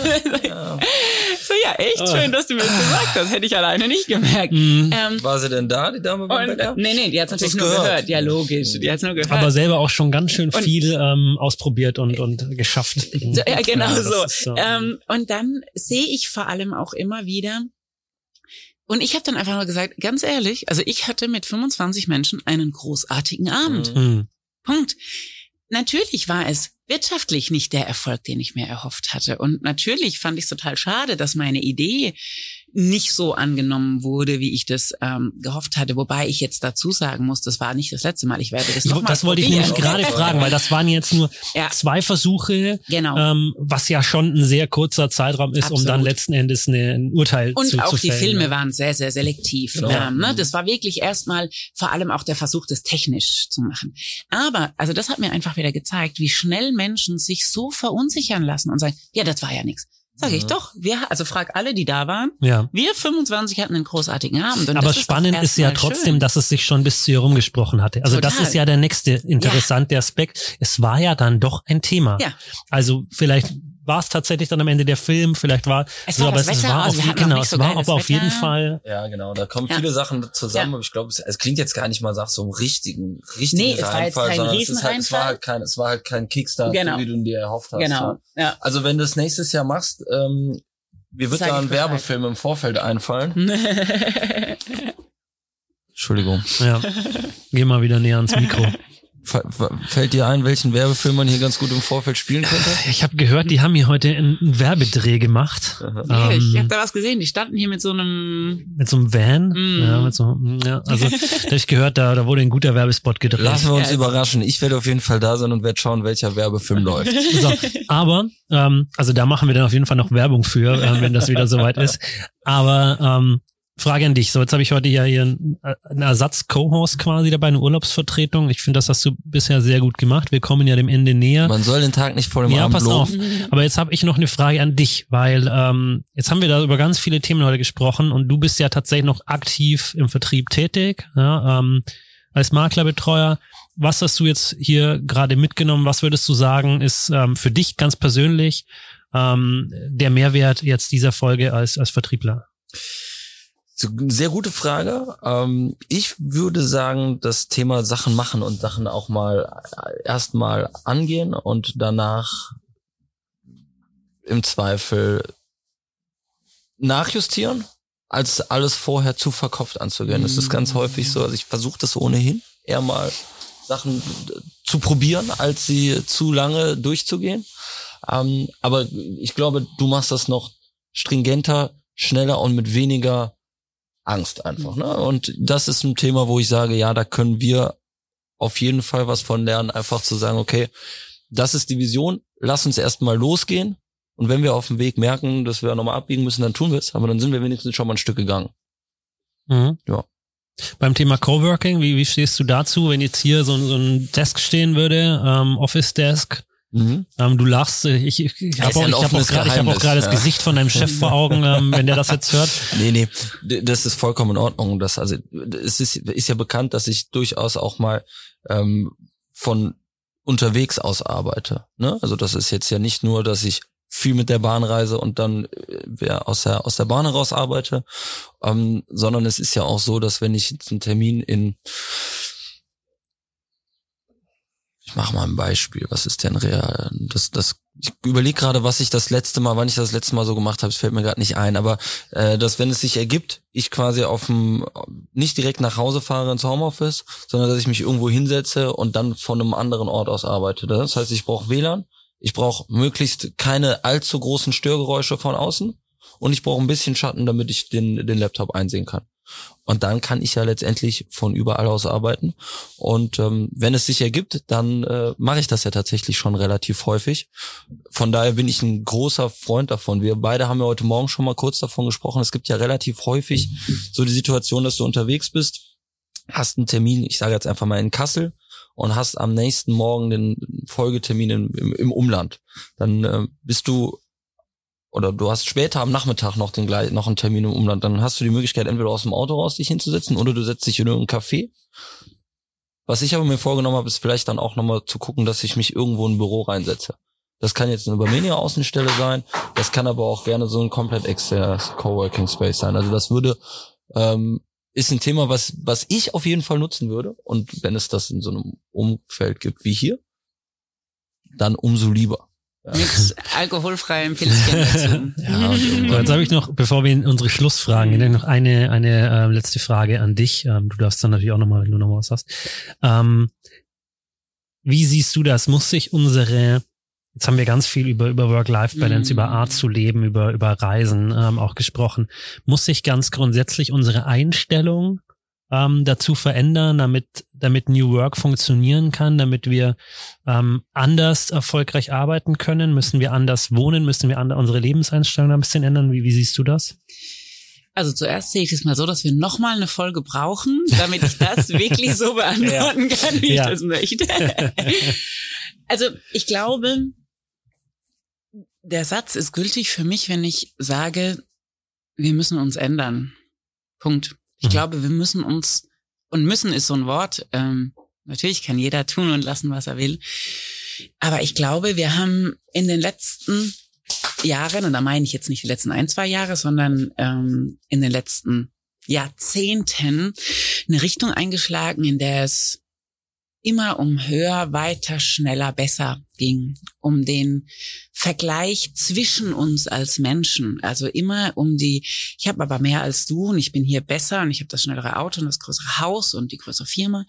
schön, dass du mir das gesagt hast, hätte ich alleine nicht gemerkt. War sie denn da, die Dame beim Bäcker? Nee, die hat's natürlich nur gehört, ja, logisch, die hat's nur gehört. Aber selber auch schon ganz schön viel ausprobiert und geschafft. Ja, genau so. Und dann sehe ich vor allem auch immer wieder, und ich habe dann einfach nur gesagt, ganz ehrlich, also ich hatte mit 25 Menschen einen großartigen Abend. Punkt. Natürlich war es wirtschaftlich nicht der Erfolg, den ich mir erhofft hatte. Und natürlich fand ich es total schade, dass meine Idee nicht so angenommen wurde, wie ich das gehofft hatte. Wobei ich jetzt dazu sagen muss, das war nicht das letzte Mal. Ich werde das nochmal Das wollte ich nämlich gerade fragen, weil das waren jetzt nur 2 Versuche, was ja schon ein sehr kurzer Zeitraum ist, um dann letzten Endes ein Urteil zu fällen. Und auch die Filme waren sehr, sehr selektiv. Ne? Das war wirklich erstmal vor allem auch der Versuch, das technisch zu machen. Aber also das hat mir einfach wieder gezeigt, wie schnell Menschen sich so verunsichern lassen und sagen, ja, das war ja nichts. Sag ich doch. Also frag alle, die da waren. Ja. Wir 25 hatten einen großartigen Abend. Und aber das spannend ist ja trotzdem, dass es sich schon bis zu ihr rumgesprochen hatte. Also Total. das ist ja der nächste interessante Aspekt. Es war ja dann doch ein Thema. Ja. Also vielleicht war es tatsächlich dann am Ende der Film, vielleicht war es war das aber Wetter, es war also auf, wir hatten genau, auch nicht es so war geiles aber auf jeden Wetter. Fall. Ja, genau, da kommen viele Sachen zusammen, aber ich glaube, es klingt jetzt gar nicht mal nach so einem richtigen Nee, es war jetzt Reinfall, kein sondern Riesenreinfall. es war halt kein Kickstarter, Genau. wie du ihn dir erhofft hast. Genau, ja. Also wenn du es nächstes Jahr machst, mir wird Sag da ich ein Bescheid. Werbefilm im Vorfeld einfallen. Entschuldigung. Ja. Geh mal wieder näher ans Mikro. Fällt dir ein, welchen Werbefilm man hier ganz gut im Vorfeld spielen könnte? Ich habe gehört, die haben hier heute einen Werbedreh gemacht. Ich habe da was gesehen. Die standen hier mit so einem... Mit so einem Van. Mm. Ja, also da habe ich gehört, da wurde ein guter Werbespot gedreht. Lassen wir uns Ja, überraschen. Ich werde auf jeden Fall da sein und werde schauen, welcher Werbefilm läuft. So, aber, also da machen wir dann auf jeden Fall noch Werbung für, wenn das wieder soweit ist. Aber Frage an dich. So, jetzt habe ich heute ja hier einen Ersatz-Co-Host quasi dabei, eine Urlaubsvertretung. Ich finde, das hast du bisher sehr gut gemacht. Wir kommen ja dem Ende näher. Man soll den Tag nicht vor dem Abend pass auf. loben. Aber jetzt habe ich noch eine Frage an dich, weil jetzt haben wir da über ganz viele Themen heute gesprochen und du bist ja tatsächlich noch aktiv im Vertrieb tätig, ja, als Maklerbetreuer. Was hast du jetzt hier gerade mitgenommen? Was würdest du sagen, ist für dich ganz persönlich der Mehrwert jetzt dieser Folge als Vertriebler? Sehr gute Frage. Ich würde sagen, das Thema Sachen machen und Sachen auch mal erstmal angehen und danach im Zweifel nachjustieren, als alles vorher zu verkopft anzugehen. Das ist ganz häufig so. Also ich versuche das ohnehin eher mal Sachen zu probieren, als sie zu lange durchzugehen. Aber ich glaube, du machst das noch stringenter, schneller und mit weniger Angst einfach, ne? Und das ist ein Thema, wo ich sage, ja, da können wir auf jeden Fall was von lernen, einfach zu sagen, okay, das ist die Vision, lass uns erstmal losgehen und wenn wir auf dem Weg merken, dass wir nochmal abbiegen müssen, dann tun wir es, aber dann sind wir wenigstens schon mal ein Stück gegangen. Mhm. Ja. Beim Thema Coworking, wie stehst du dazu, wenn jetzt hier so ein Desk stehen würde, Office Desk? Mhm. Du lachst, ich habe auch gerade das Gesicht von deinem Chef vor Augen, wenn der das jetzt hört. Nee, das ist vollkommen in Ordnung. Es ist ja bekannt, dass ich durchaus auch mal von unterwegs aus arbeite. Ne? Also das ist jetzt ja nicht nur, dass ich viel mit der Bahn reise und dann aus der Bahn heraus arbeite, sondern es ist ja auch so, dass wenn ich jetzt einen Termin ich mache mal ein Beispiel. Was ist denn real? Ich überlege gerade, wann ich das letzte Mal so gemacht habe. Es fällt mir gerade nicht ein. Aber dass, wenn es sich ergibt, ich quasi nicht direkt nach Hause fahre ins Homeoffice, sondern dass ich mich irgendwo hinsetze und dann von einem anderen Ort aus arbeite. Das heißt, ich brauche WLAN, ich brauche möglichst keine allzu großen Störgeräusche von außen und ich brauche ein bisschen Schatten, damit ich den Laptop einsehen kann. Und dann kann ich ja letztendlich von überall aus arbeiten. Und wenn es sich ergibt, dann mache ich das ja tatsächlich schon relativ häufig. Von daher bin ich ein großer Freund davon. Wir beide haben ja heute Morgen schon mal kurz davon gesprochen. Es gibt ja relativ häufig so die Situation, dass du unterwegs bist, hast einen Termin, ich sage jetzt einfach mal in Kassel, und hast am nächsten Morgen den Folgetermin im Umland. Dann bist du oder du hast später am Nachmittag noch einen Termin im Umland, dann hast du die Möglichkeit, entweder aus dem Auto raus dich hinzusetzen oder du setzt dich in irgendein Café. Was ich aber mir vorgenommen habe, ist vielleicht dann auch nochmal zu gucken, dass ich mich irgendwo in ein Büro reinsetze. Das kann jetzt eine Barmenia-Außenstelle sein, das kann aber auch gerne so ein komplett externes Coworking Space sein. Also das ist ein Thema, was ich auf jeden Fall nutzen würde. Und wenn es das in so einem Umfeld gibt wie hier, dann umso lieber. Ja. Mit alkoholfreiem Pilzchen dazu. Ja, So, jetzt habe ich noch, bevor wir in unsere Schlussfragen gehen, noch eine letzte Frage an dich. Du darfst dann natürlich auch nochmal, wenn du noch was hast. Wie siehst du das? Muss sich jetzt haben wir ganz viel über Work-Life-Balance, über Art zu leben, über Reisen auch gesprochen. Muss sich ganz grundsätzlich unsere Einstellung dazu verändern, damit New Work funktionieren kann, damit wir anders erfolgreich arbeiten können? Müssen wir anders wohnen? Müssen wir unsere Lebenseinstellung ein bisschen ändern? Wie siehst du das? Also zuerst sehe ich es mal so, dass wir nochmal eine Folge brauchen, damit ich das wirklich so beantworten kann, wie ich das möchte. Also ich glaube, Der Satz ist gültig für mich, wenn ich sage, wir müssen uns ändern. Punkt. Ich glaube, wir müssen uns, und müssen ist so ein Wort, natürlich kann jeder tun und lassen, was er will. Aber ich glaube, wir haben in den letzten Jahren, und da meine ich jetzt nicht die letzten 1-2 Jahre, sondern in den letzten Jahrzehnten eine Richtung eingeschlagen, in der es immer um höher, weiter, schneller, besser ging, um den Vergleich zwischen uns als Menschen, also immer um ich habe aber mehr als du und ich bin hier besser und ich habe das schnellere Auto und das größere Haus und die größere Firma.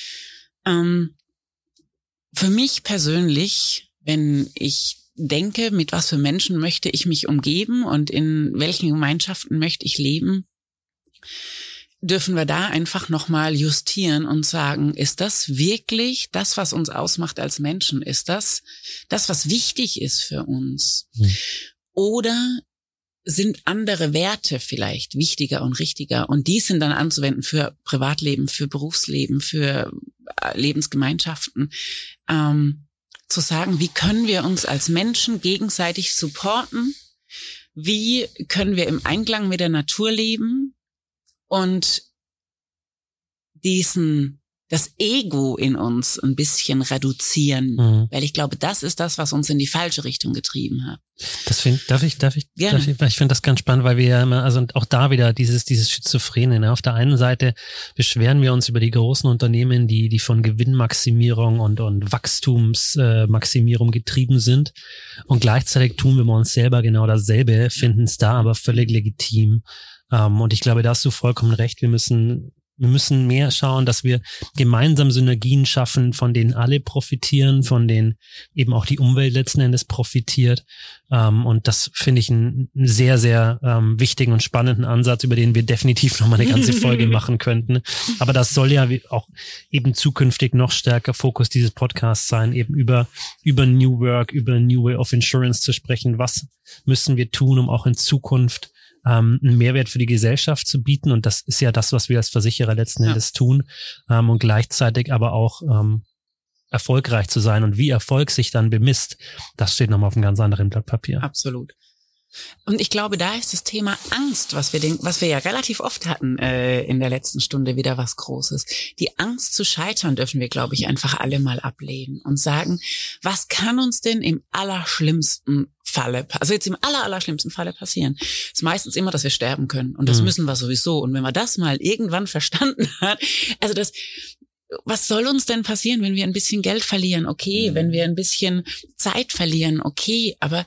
Für mich persönlich, wenn ich denke, mit was für Menschen möchte ich mich umgeben und in welchen Gemeinschaften möchte ich leben, dürfen wir da einfach nochmal justieren und sagen, ist das wirklich das, was uns ausmacht als Menschen? Ist das, was wichtig ist für uns? Oder sind andere Werte vielleicht wichtiger und richtiger? Und die sind dann anzuwenden für Privatleben, für Berufsleben, für Lebensgemeinschaften. Zu sagen, wie können wir uns als Menschen gegenseitig supporten? Wie können wir im Einklang mit der Natur leben? Und das Ego in uns ein bisschen reduzieren, weil ich glaube, das ist das, was uns in die falsche Richtung getrieben hat. Darf ich, ich finde das ganz spannend, weil wir ja immer, also auch da wieder dieses Schizophrene, ne? Auf der einen Seite beschweren wir uns über die großen Unternehmen, die von Gewinnmaximierung und Wachstumsmaximierung getrieben sind, und gleichzeitig tun wir uns selber genau dasselbe, finden es da aber völlig legitim. Und ich glaube, da hast du vollkommen recht. Wir müssen mehr schauen, dass wir gemeinsam Synergien schaffen, von denen alle profitieren, von denen eben auch die Umwelt letzten Endes profitiert. Und das finde ich einen sehr, sehr wichtigen und spannenden Ansatz, über den wir definitiv nochmal eine ganze Folge machen könnten. Aber das soll ja auch eben zukünftig noch stärker Fokus dieses Podcasts sein, eben über New Work, über New Way of Insurance zu sprechen. Was müssen wir tun, um auch in Zukunft einen Mehrwert für die Gesellschaft zu bieten, und das ist ja das, was wir als Versicherer letzten Endes tun, und gleichzeitig aber auch erfolgreich zu sein, und wie Erfolg sich dann bemisst, das steht nochmal auf einem ganz anderen Blatt Papier. Absolut. Und ich glaube, da ist das Thema Angst, was wir ja relativ oft hatten in der letzten Stunde, wieder was Großes. Die Angst zu scheitern dürfen wir, glaube ich, einfach alle mal ablehnen und sagen, was kann uns denn im allerschlimmsten Falle, also jetzt im allerschlimmsten Falle passieren? Das ist meistens immer, dass wir sterben können, und das müssen wir sowieso. Und wenn man das mal irgendwann verstanden hat, also was soll uns denn passieren, wenn wir ein bisschen Geld verlieren? Okay, wenn wir ein bisschen Zeit verlieren, okay, aber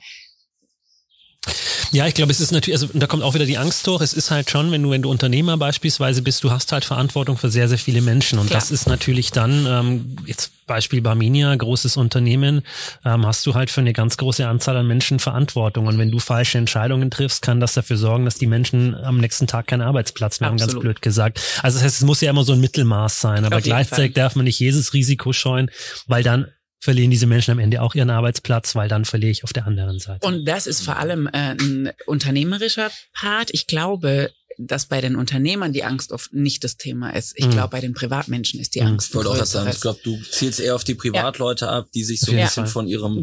ja, ich glaube, es ist natürlich, also da kommt auch wieder die Angst hoch. Es ist halt schon, wenn du Unternehmer beispielsweise bist, du hast halt Verantwortung für sehr, sehr viele Menschen. Und das ist natürlich dann, jetzt Beispiel Barminia, großes Unternehmen, hast du halt für eine ganz große Anzahl an Menschen Verantwortung. Und wenn du falsche Entscheidungen triffst, kann das dafür sorgen, dass die Menschen am nächsten Tag keinen Arbeitsplatz mehr haben, ganz blöd gesagt. Also das heißt, es muss ja immer so ein Mittelmaß sein. Aber gleichzeitig darf man nicht jedes Risiko scheuen, weil dann verlieren diese Menschen am Ende auch ihren Arbeitsplatz, weil dann verliere ich auf der anderen Seite. Und das ist vor allem ein unternehmerischer Part. Ich glaube, dass bei den Unternehmern die Angst oft nicht das Thema ist. Ich glaube, bei den Privatmenschen ist die Angst. Ich wollte auch das sagen. Ich glaube, du zielst eher auf die Privatleute ab, die sich so ein bisschen von ihrem,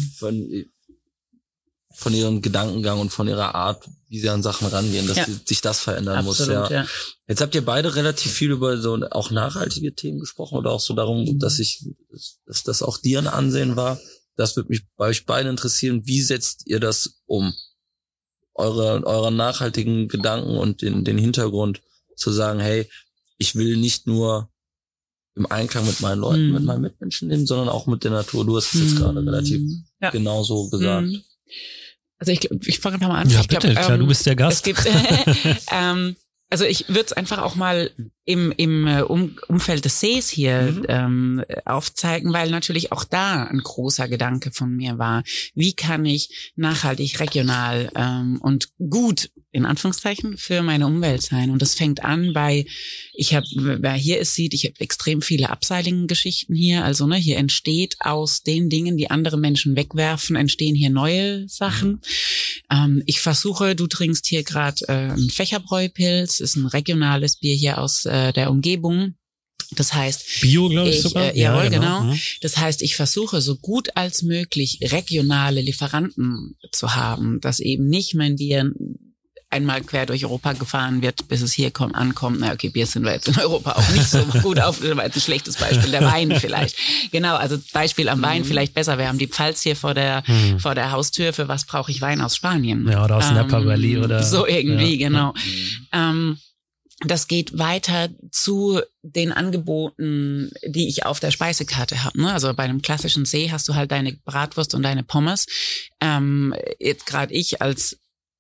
von ihrem Gedankengang und von ihrer Art, wie sie an Sachen rangehen, dass sich das verändern muss. Ja. Jetzt habt ihr beide relativ viel über so auch nachhaltige Themen gesprochen, oder auch so darum, dass das auch dir ein Ansehen war. Das würde mich bei euch beiden interessieren. Wie setzt ihr das um? Eure nachhaltigen Gedanken und den Hintergrund zu sagen, hey, ich will nicht nur im Einklang mit meinen Leuten, mit meinen Mitmenschen leben, sondern auch mit der Natur. Du hast es jetzt gerade relativ genauso gesagt. Also ich fange mal an. Ja, ich bitte, glaub, klar, du bist der Gast. Es gibt, also ich würde es einfach auch mal im Umfeld des Sees hier aufzeigen, weil natürlich auch da ein großer Gedanke von mir war, wie kann ich nachhaltig, regional und gut, in Anführungszeichen, für meine Umwelt sein. Und das fängt an bei, wer hier es sieht, ich habe extrem viele Upcycling-Geschichten hier. Also hier entsteht aus den Dingen, die andere Menschen wegwerfen, entstehen hier neue Sachen. Ich versuche, du trinkst hier gerade einen Fächerbräupilz, ist ein regionales Bier hier aus der Umgebung. Das heißt, Bio, glaube ich sogar. Jawohl, genau. Das heißt, ich versuche so gut als möglich regionale Lieferanten zu haben, dass eben nicht mein Bier einmal quer durch Europa gefahren wird, bis es hier ankommt. Na okay, Bier sind wir jetzt in Europa auch nicht so gut auf, das war jetzt ein schlechtes Beispiel, der Wein vielleicht. Genau, also Beispiel am Wein vielleicht besser. Wir haben die Pfalz hier vor der Haustür. Für was brauche ich Wein aus Spanien? Ja, oder aus Napa Valley oder so irgendwie, genau. Das geht weiter zu den Angeboten, die ich auf der Speisekarte habe. Ne? Also bei einem klassischen See hast du halt deine Bratwurst und deine Pommes. Jetzt gerade ich als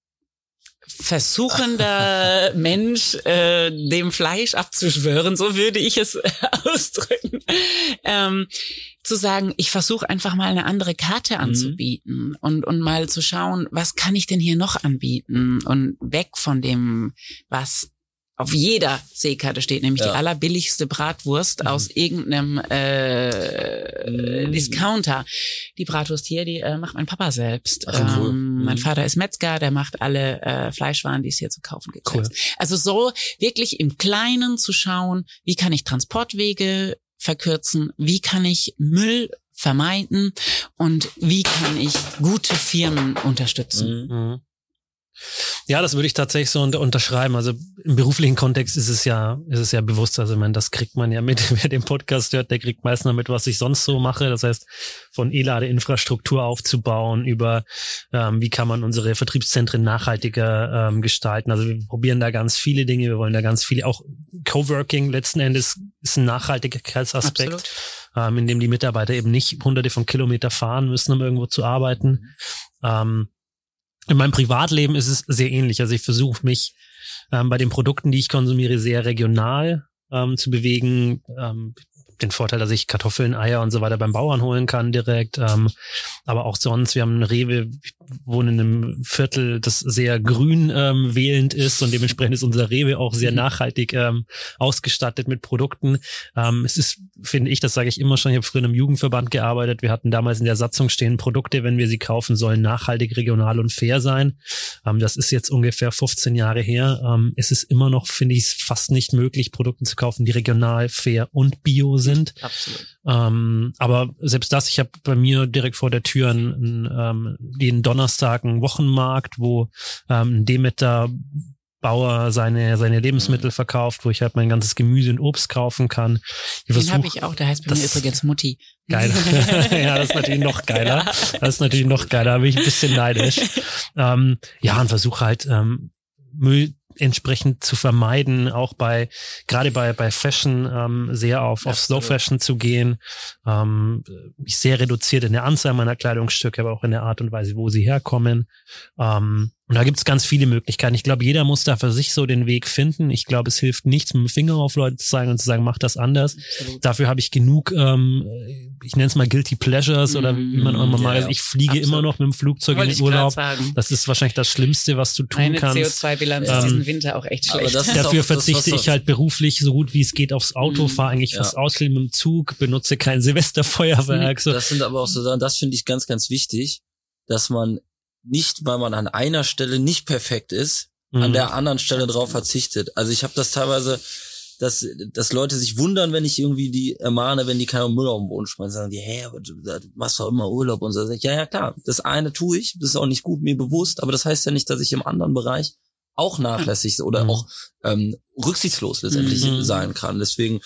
versuchender Mensch, dem Fleisch abzuschwören, so würde ich es ausdrücken, zu sagen, ich versuche einfach mal eine andere Karte anzubieten und mal zu schauen, was kann ich denn hier noch anbieten und weg von dem, was auf jeder Seekarte steht, nämlich die allerbilligste Bratwurst aus irgendeinem Discounter. Die Bratwurst hier, die macht mein Papa selbst. Ach, cool. Mein Vater ist Metzger, der macht alle Fleischwaren, die es hier zu kaufen gibt. Cool. Also so wirklich im Kleinen zu schauen, wie kann ich Transportwege verkürzen, wie kann ich Müll vermeiden und wie kann ich gute Firmen unterstützen. Ja, das würde ich tatsächlich so unterschreiben. Also im beruflichen Kontext ist es ja bewusst. Also ich meine, das kriegt man ja mit. Wer den Podcast hört, der kriegt meist noch mit, was ich sonst so mache. Das heißt, von E-Lade-Infrastruktur aufzubauen über, wie kann man unsere Vertriebszentren nachhaltiger gestalten. Also wir probieren da ganz viele Dinge. Wir wollen da ganz viele, auch Coworking letzten Endes ist ein Nachhaltigkeitsaspekt, in dem die Mitarbeiter eben nicht hunderte von Kilometer fahren müssen, um irgendwo zu arbeiten. In meinem Privatleben ist es sehr ähnlich. Also ich versuche mich bei den Produkten, die ich konsumiere, sehr regional zu bewegen. Den Vorteil, dass ich Kartoffeln, Eier und so weiter beim Bauern holen kann direkt. Aber auch sonst, wir haben einen Rewe, wohnen in einem Viertel, das sehr grün wählend ist und dementsprechend ist unser Rewe auch sehr nachhaltig ausgestattet mit Produkten. Es ist, finde ich, das sage ich immer schon, ich habe früher in einem Jugendverband gearbeitet. Wir hatten damals in der Satzung stehen, Produkte, wenn wir sie kaufen, sollen nachhaltig, regional und fair sein. Das ist jetzt ungefähr 15 Jahre her. Es ist immer noch, finde ich, fast nicht möglich, Produkte zu kaufen, die regional, fair und bio sind. Absolut. Aber selbst das, ich habe bei mir direkt vor der Tür jeden Donnerstag einen Wochenmarkt, wo ein Demeter Bauer seine Lebensmittel verkauft, wo ich halt mein ganzes Gemüse und Obst kaufen kann. Den habe ich auch, der heißt bei mir übrigens Mutti. Geil. Ja, das ist natürlich noch geiler. Da bin ich ein bisschen neidisch. Und versuche halt Müll entsprechend zu vermeiden, auch gerade bei Fashion sehr auf Slow Fashion zu gehen. Ich sehr reduziert in der Anzahl meiner Kleidungsstücke, aber auch in der Art und Weise, wo sie herkommen. Und da gibt's ganz viele Möglichkeiten. Ich glaube, jeder muss da für sich so den Weg finden. Ich glaube, es hilft nichts, mit dem Finger auf Leute zu zeigen und zu sagen, mach das anders. Absolut. Dafür habe ich genug, ich nenne es mal Guilty Pleasures oder wie man auch immer mal. Also ich fliege immer noch mit dem Flugzeug in den Urlaub. Das ist wahrscheinlich das Schlimmste, was du tun kannst. Meine CO2-Bilanz ist diesen Winter auch echt schlecht. Dafür verzichte ich halt beruflich so gut wie es geht aufs Auto, fahre eigentlich fast ausschließlich mit dem Zug, benutze kein Silvesterfeuerwerk. Das sind aber auch so Sachen, das finde ich ganz, ganz wichtig, dass man nicht, weil man an einer Stelle nicht perfekt ist, an der anderen Stelle drauf verzichtet. Also ich habe das teilweise, dass Leute sich wundern, wenn ich irgendwie die ermahne, wenn die keinen Müll auf den Boden schmeißen, sagen die, aber du machst doch immer Urlaub und so. Ja, klar, das eine tue ich, das ist auch nicht gut, mir bewusst, aber das heißt ja nicht, dass ich im anderen Bereich auch nachlässig oder auch rücksichtslos letztendlich sein kann. Deswegen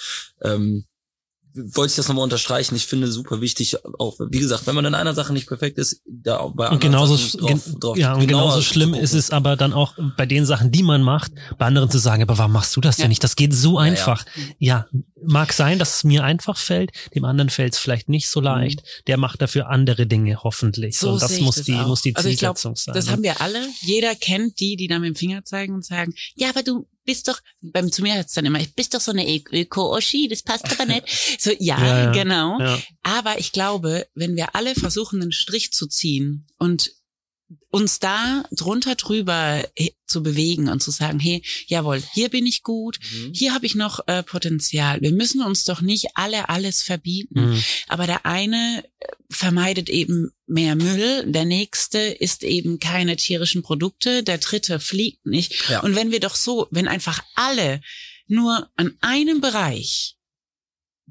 wollte ich das nochmal unterstreichen. Ich finde super wichtig, auch wie gesagt, wenn man in einer Sache nicht perfekt ist, da bei anderen Sachen drauf genauso schlimm ist es aber dann auch bei den Sachen, die man macht, bei anderen zu sagen, aber warum machst du das denn nicht? Das geht so einfach. Ja, mag sein, dass es mir einfach fällt, dem anderen fällt es vielleicht nicht so leicht. Der macht dafür andere Dinge hoffentlich. So und das muss die Zielsetzung sein. Das haben wir alle. Jeder kennt die da mit dem Finger zeigen und sagen, ja, aber du bist doch, zu mir hat's dann immer, ich bist doch so eine Öko-Oschi, das passt aber nicht. So, ja, genau. Ja. Aber ich glaube, wenn wir alle versuchen, einen Strich zu ziehen und uns da drüber zu bewegen und zu sagen, hey, jawohl, hier bin ich gut, hier habe ich noch Potenzial. Wir müssen uns doch nicht alles verbieten. Aber der eine vermeidet eben mehr Müll, der nächste isst eben keine tierischen Produkte, der dritte fliegt nicht. Ja. Und wenn einfach alle nur an einem Bereich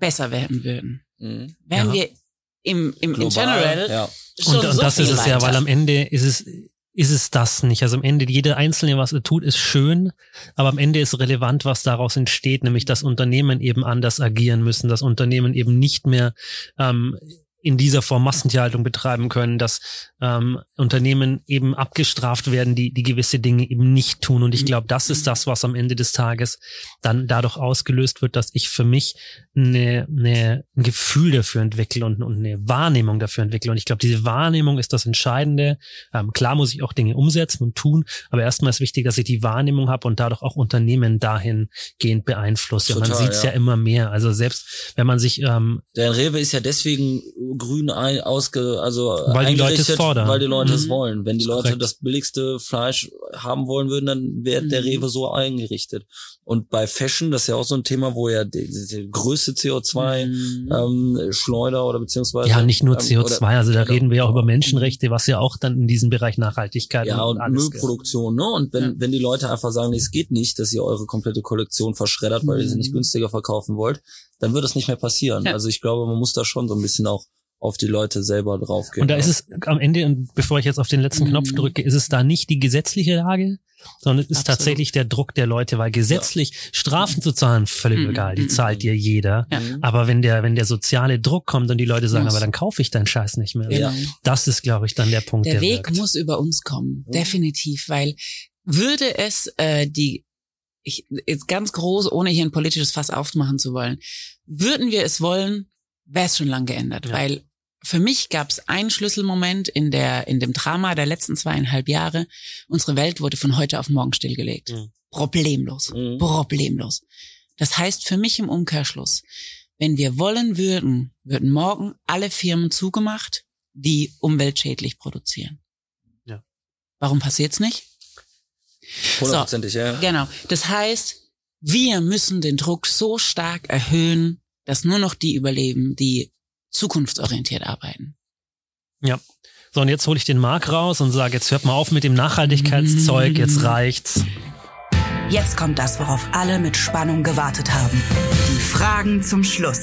besser werden würden, wären Ja. wir in Global, general ja. schon Und so das viel ist es ja, weiter. weil am Ende ist es das nicht. Also am Ende, jeder Einzelne, was er tut, ist schön, aber am Ende ist relevant, was daraus entsteht, nämlich dass Unternehmen eben anders agieren müssen, dass Unternehmen eben nicht mehr in dieser Form Massentierhaltung betreiben können, dass Unternehmen eben abgestraft werden, die gewisse Dinge eben nicht tun. Und ich glaube, das ist das, was am Ende des Tages dann dadurch ausgelöst wird, dass ich für mich ein Gefühl dafür entwickle und eine Wahrnehmung dafür entwickle. Und ich glaube, diese Wahrnehmung ist das Entscheidende. Klar muss ich auch Dinge umsetzen und tun, aber erstmal ist wichtig, dass ich die Wahrnehmung habe und dadurch auch Unternehmen dahingehend beeinflusse. Total, man sieht es ja immer mehr. Also selbst wenn man sich Der Rewe ist ja deswegen grün Weil die Leute es eingerichtet, fordern. weil die Leute es wollen. Wenn die Ist Leute korrekt. das billigste Fleisch haben wollen würden, dann wäre der Rewe so eingerichtet. Und bei Fashion, das ist ja auch so ein Thema, wo ja die größte CO2 Schleuder oder beziehungsweise ja, nicht nur CO2, also da reden wir ja auch über Menschenrechte. Menschenrechte, was ja auch dann in diesem Bereich Nachhaltigkeit Ja, und alles Müllproduktion, ne? Und wenn die Leute einfach sagen, nee, es geht nicht, dass ihr eure komplette Kollektion verschreddert, weil ihr sie nicht günstiger verkaufen wollt, dann wird das nicht mehr passieren. Ja. Also ich glaube, man muss da schon so ein bisschen auch auf die Leute selber draufgehen. Und da ist es am Ende, und bevor ich jetzt auf den letzten Knopf drücke, ist es da nicht die gesetzliche Lage, sondern es ist Absolut. tatsächlich der Druck der Leute, weil gesetzlich Strafen zu zahlen, völlig egal, die zahlt dir jeder. Ja. Aber wenn der soziale Druck kommt und die Leute sagen, Muss. aber dann kaufe ich deinen Scheiß nicht mehr. Ja. Das ist, glaube ich, dann der Punkt, Der Weg wirkt. muss über uns kommen, definitiv, weil würde es jetzt ganz groß, ohne hier ein politisches Fass aufmachen zu wollen, würden wir es wollen, wäre es schon lang geändert, Ja. weil für mich gab es einen Schlüsselmoment in dem Drama der letzten 2,5 Jahre. Unsere Welt wurde von heute auf morgen stillgelegt. Mhm. Problemlos. Mhm. Problemlos. Das heißt für mich im Umkehrschluss, wenn wir wollen würden morgen alle Firmen zugemacht, die umweltschädlich produzieren. Ja. Warum passiert's nicht? 100%, ja. Genau. Das heißt, wir müssen den Druck so stark erhöhen, dass nur noch die überleben, die zukunftsorientiert arbeiten. Ja. So, und jetzt hole ich den Marc raus und sage, jetzt hört mal auf mit dem Nachhaltigkeitszeug, jetzt reicht's. Jetzt kommt das, worauf alle mit Spannung gewartet haben. Die Fragen zum Schluss.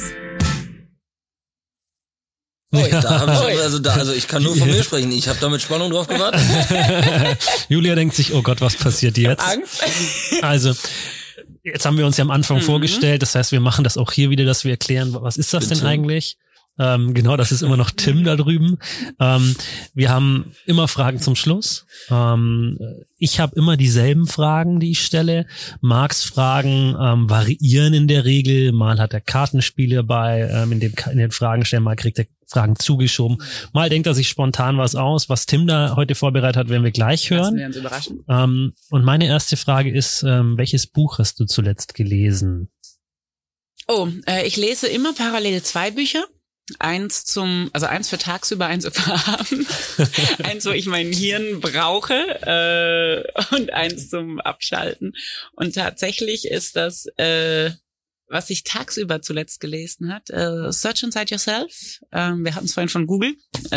Also ich kann nur von mir sprechen. Ich habe da mit Spannung drauf gewartet. Julia denkt sich, oh Gott, was passiert jetzt? Angst. Also, jetzt haben wir uns ja am Anfang vorgestellt, das heißt, wir machen das auch hier wieder, dass wir erklären, was ist das denn eigentlich? Genau, das ist immer noch Tim da drüben. Wir haben immer Fragen zum Schluss. Ich habe immer dieselben Fragen, die ich stelle. Marcs Fragen variieren in der Regel. Mal hat er Kartenspiele bei, in den Fragen stellen, mal kriegt er Fragen zugeschoben. Mal denkt er sich spontan was aus. Was Tim da heute vorbereitet hat, werden wir gleich Lassen hören. wir uns überraschen. Und meine erste Frage ist, welches Buch hast du zuletzt gelesen? Ich lese immer parallel 2 Bücher. Eins für tagsüber, eins für Abend. Eins, wo ich mein Hirn brauche, und eins zum Abschalten. Und tatsächlich ist das, was ich tagsüber zuletzt gelesen hat, Search Inside Yourself. Wir hatten es vorhin von Google.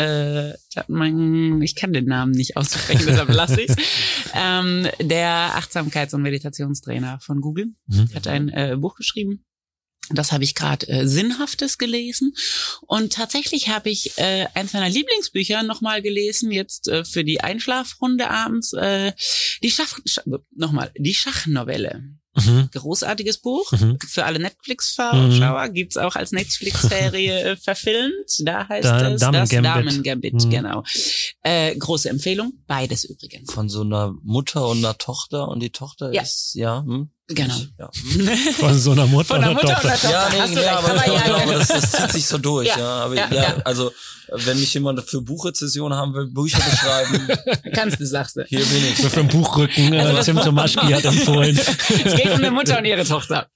Ich kann den Namen nicht aussprechen, deshalb lasse ich's. Der Achtsamkeits- und Meditationstrainer von Google hat ein Buch geschrieben. Das habe ich gerade Sinnhaftes gelesen. Und tatsächlich habe ich eins meiner Lieblingsbücher nochmal gelesen, jetzt für die Einschlafrunde abends, die Schachnovelle. Großartiges Buch. Für alle Netflix-Schauer gibt's auch als Netflix-Serie verfilmt. Da heißt es das Damen-Gambit, genau. Große Empfehlung, beides übrigens. Von so einer Mutter und einer Tochter und die Tochter ist, Genau. Ja. Von so einer Mutter Von oder Tochter. Ja, Hast du nee, recht. aber Aber ich ja, glaube, das zieht sich so durch. Ja. Aber Ja. also wenn mich jemand für Buchrezession haben will, Bücher beschreiben, Kannst du, sagst du. hier bin ich. So für den Buchrücken, Tim Tomaschki hat empfohlen. Es geht um eine Mutter und ihre Tochter.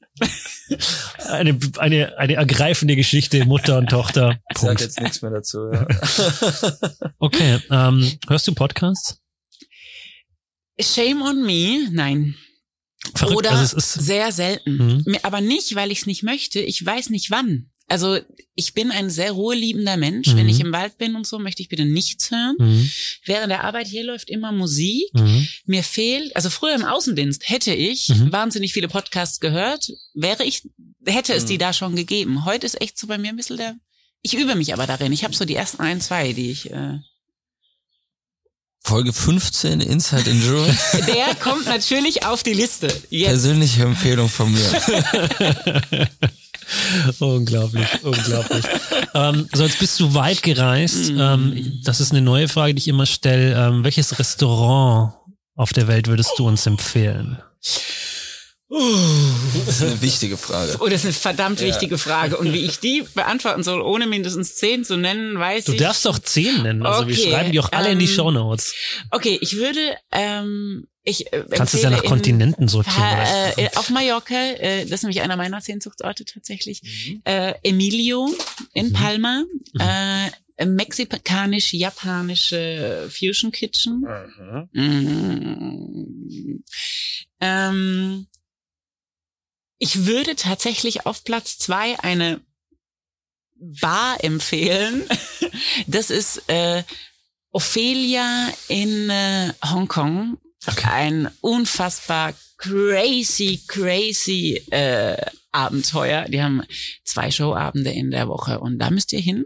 Eine ergreifende Geschichte, Mutter und Tochter. Ich sag Punkt. jetzt nichts mehr dazu. Ja. Okay, hörst du Podcasts? Shame on me, nein. Verrückt, Oder also es ist sehr selten. Aber nicht, weil ich es nicht möchte. Ich weiß nicht wann. Also ich bin ein sehr ruheliebender Mensch. Wenn ich im Wald bin und so, möchte ich bitte nichts hören. Während der Arbeit hier läuft immer Musik. Mir fehlt, also früher im Außendienst hätte ich wahnsinnig viele Podcasts gehört. Hätte es die da schon gegeben. Heute ist echt so bei mir ein bisschen ich übe mich aber darin. Ich habe so die ersten 1, 2, die ich... Folge 15, Inside Endurance. Der kommt natürlich auf die Liste. Jetzt. Persönliche Empfehlung von mir. Unglaublich. So, jetzt bist du weit gereist. Das ist eine neue Frage, die ich immer stelle. Welches Restaurant auf der Welt würdest du uns empfehlen? Das ist eine wichtige Frage. Oh, das ist eine verdammt wichtige Frage. Und wie ich die beantworten soll, ohne mindestens 10 zu nennen, weiß ich. Du darfst auch 10 nennen. Also wir schreiben die auch alle in die Shownotes. Okay, ich würde... kannst es ja nach Kontinenten sortieren. Auf Mallorca, das ist nämlich einer meiner Sehnsuchtsorte tatsächlich. Emilio in Palma. Mexikanisch-japanische Fusion Kitchen. Ich würde tatsächlich auf Platz 2 eine Bar empfehlen. Das ist Ophelia in Hongkong. Okay. Ein unfassbar crazy Abenteuer. Die haben 2 Showabende in der Woche und da müsst ihr hin.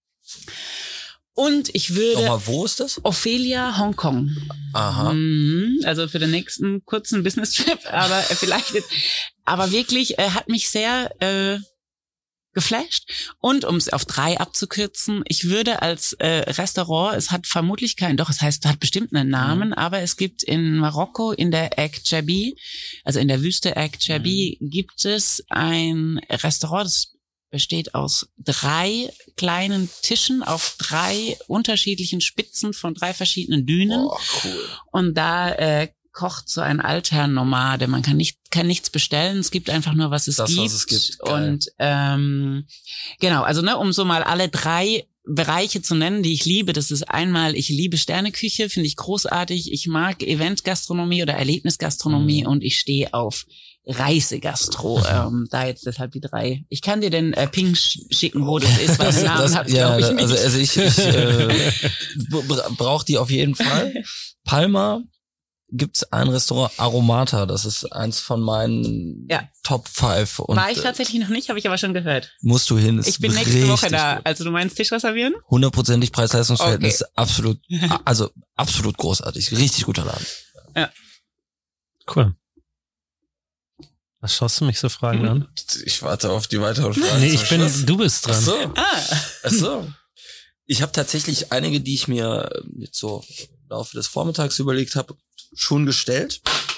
Und ich würde... Nochmal, wo ist das? Ophelia, Hongkong. Aha. Also für den nächsten kurzen Business-Trip, aber vielleicht jetzt... Aber wirklich, hat mich sehr geflasht. Und um es auf 3 abzukürzen, ich würde als Restaurant, es hat vermutlich hat bestimmt einen Namen, aber es gibt in Marokko, in der Akjabi, also in der Wüste Akjabi, gibt es ein Restaurant, das besteht aus 3 kleinen Tischen auf 3 unterschiedlichen Spitzen von 3 verschiedenen Dünen. Oh, cool. Und da kocht so ein alter Nomade. Man kann nichts bestellen. Es gibt einfach nur, was es gibt. Was es gibt. Geil. Und genau, also um so mal alle 3 Bereiche zu nennen, die ich liebe. Das ist einmal, ich liebe Sterneküche, finde ich großartig. Ich mag Eventgastronomie oder Erlebnisgastronomie und ich stehe auf Reisegastro. Da jetzt deshalb die 3. Ich kann dir den Ping schicken, wo das ist, weil den Namen hat glaube ich nicht. Also ich brauche die auf jeden Fall. Palma gibt's ein Restaurant, Aromata, das ist eins von meinen Top 5. Und war ich tatsächlich noch nicht, habe ich aber schon gehört. Musst du hin. Ich bin nächste Woche da. Also du meinst Tisch reservieren? 100% Preis-Leistungs-Verhältnis, absolut großartig. Richtig guter Laden. Ja. Cool. Was schaust du mich so Fragen an? Ich warte auf die weiteren Fragen. Nee, du bist dran. Ach so. Ich habe tatsächlich einige, die ich mir jetzt so im Laufe des Vormittags überlegt habe, schon gestellt.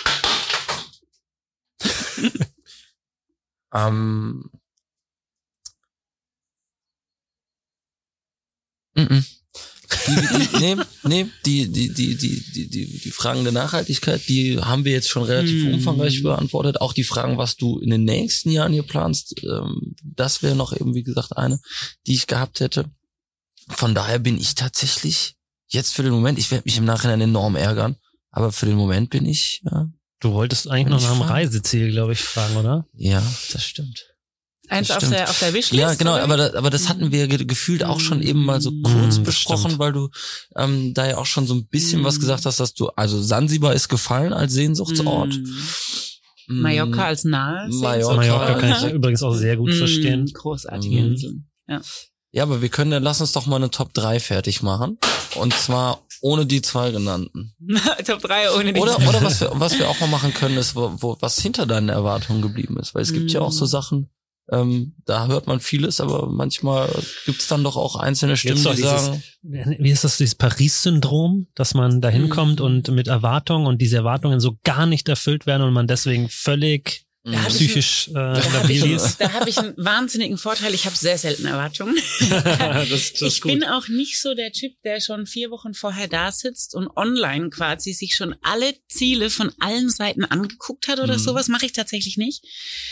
Die Fragen der Nachhaltigkeit, die haben wir jetzt schon relativ umfangreich beantwortet. Auch die Fragen, was du in den nächsten Jahren hier planst, das wäre noch eben, wie gesagt, eine, die ich gehabt hätte. Von daher bin ich tatsächlich jetzt für den Moment, ich werde mich im Nachhinein enorm ärgern, aber für den Moment bin ich... Du wolltest eigentlich noch nach einem Reiseziel, glaube ich, fragen, oder? Ja, das stimmt. Eins auf der Wishlist? Ja, genau, aber das hatten wir gefühlt auch schon eben mal so kurz besprochen, stimmt. weil du da ja auch schon so ein bisschen was gesagt hast, dass du, also Zanzibar ist gefallen als Sehnsuchtsort. Mallorca als nahe. Mallorca kann ich übrigens auch sehr gut verstehen. Großartige Inseln. Ja. Ja, aber lass uns doch mal eine Top 3 fertig machen. Und zwar ohne die 2 genannten. Top 3 ohne die 2. Oder was wir auch mal machen können, ist, was hinter deinen Erwartungen geblieben ist. Weil es gibt ja auch so Sachen, da hört man vieles, aber manchmal gibt's dann doch auch einzelne Stimmen, die sagen... Wie ist das, dieses Paris-Syndrom, dass man da hinkommt und mit Erwartungen und diese Erwartungen so gar nicht erfüllt werden und man deswegen völlig psychisch labil ist. Da habe ich einen wahnsinnigen Vorteil. Ich habe sehr selten Erwartungen. Ich bin auch nicht so der Typ, der schon 4 Wochen vorher da sitzt und online quasi sich schon alle Ziele von allen Seiten angeguckt hat oder sowas. Mache ich tatsächlich nicht.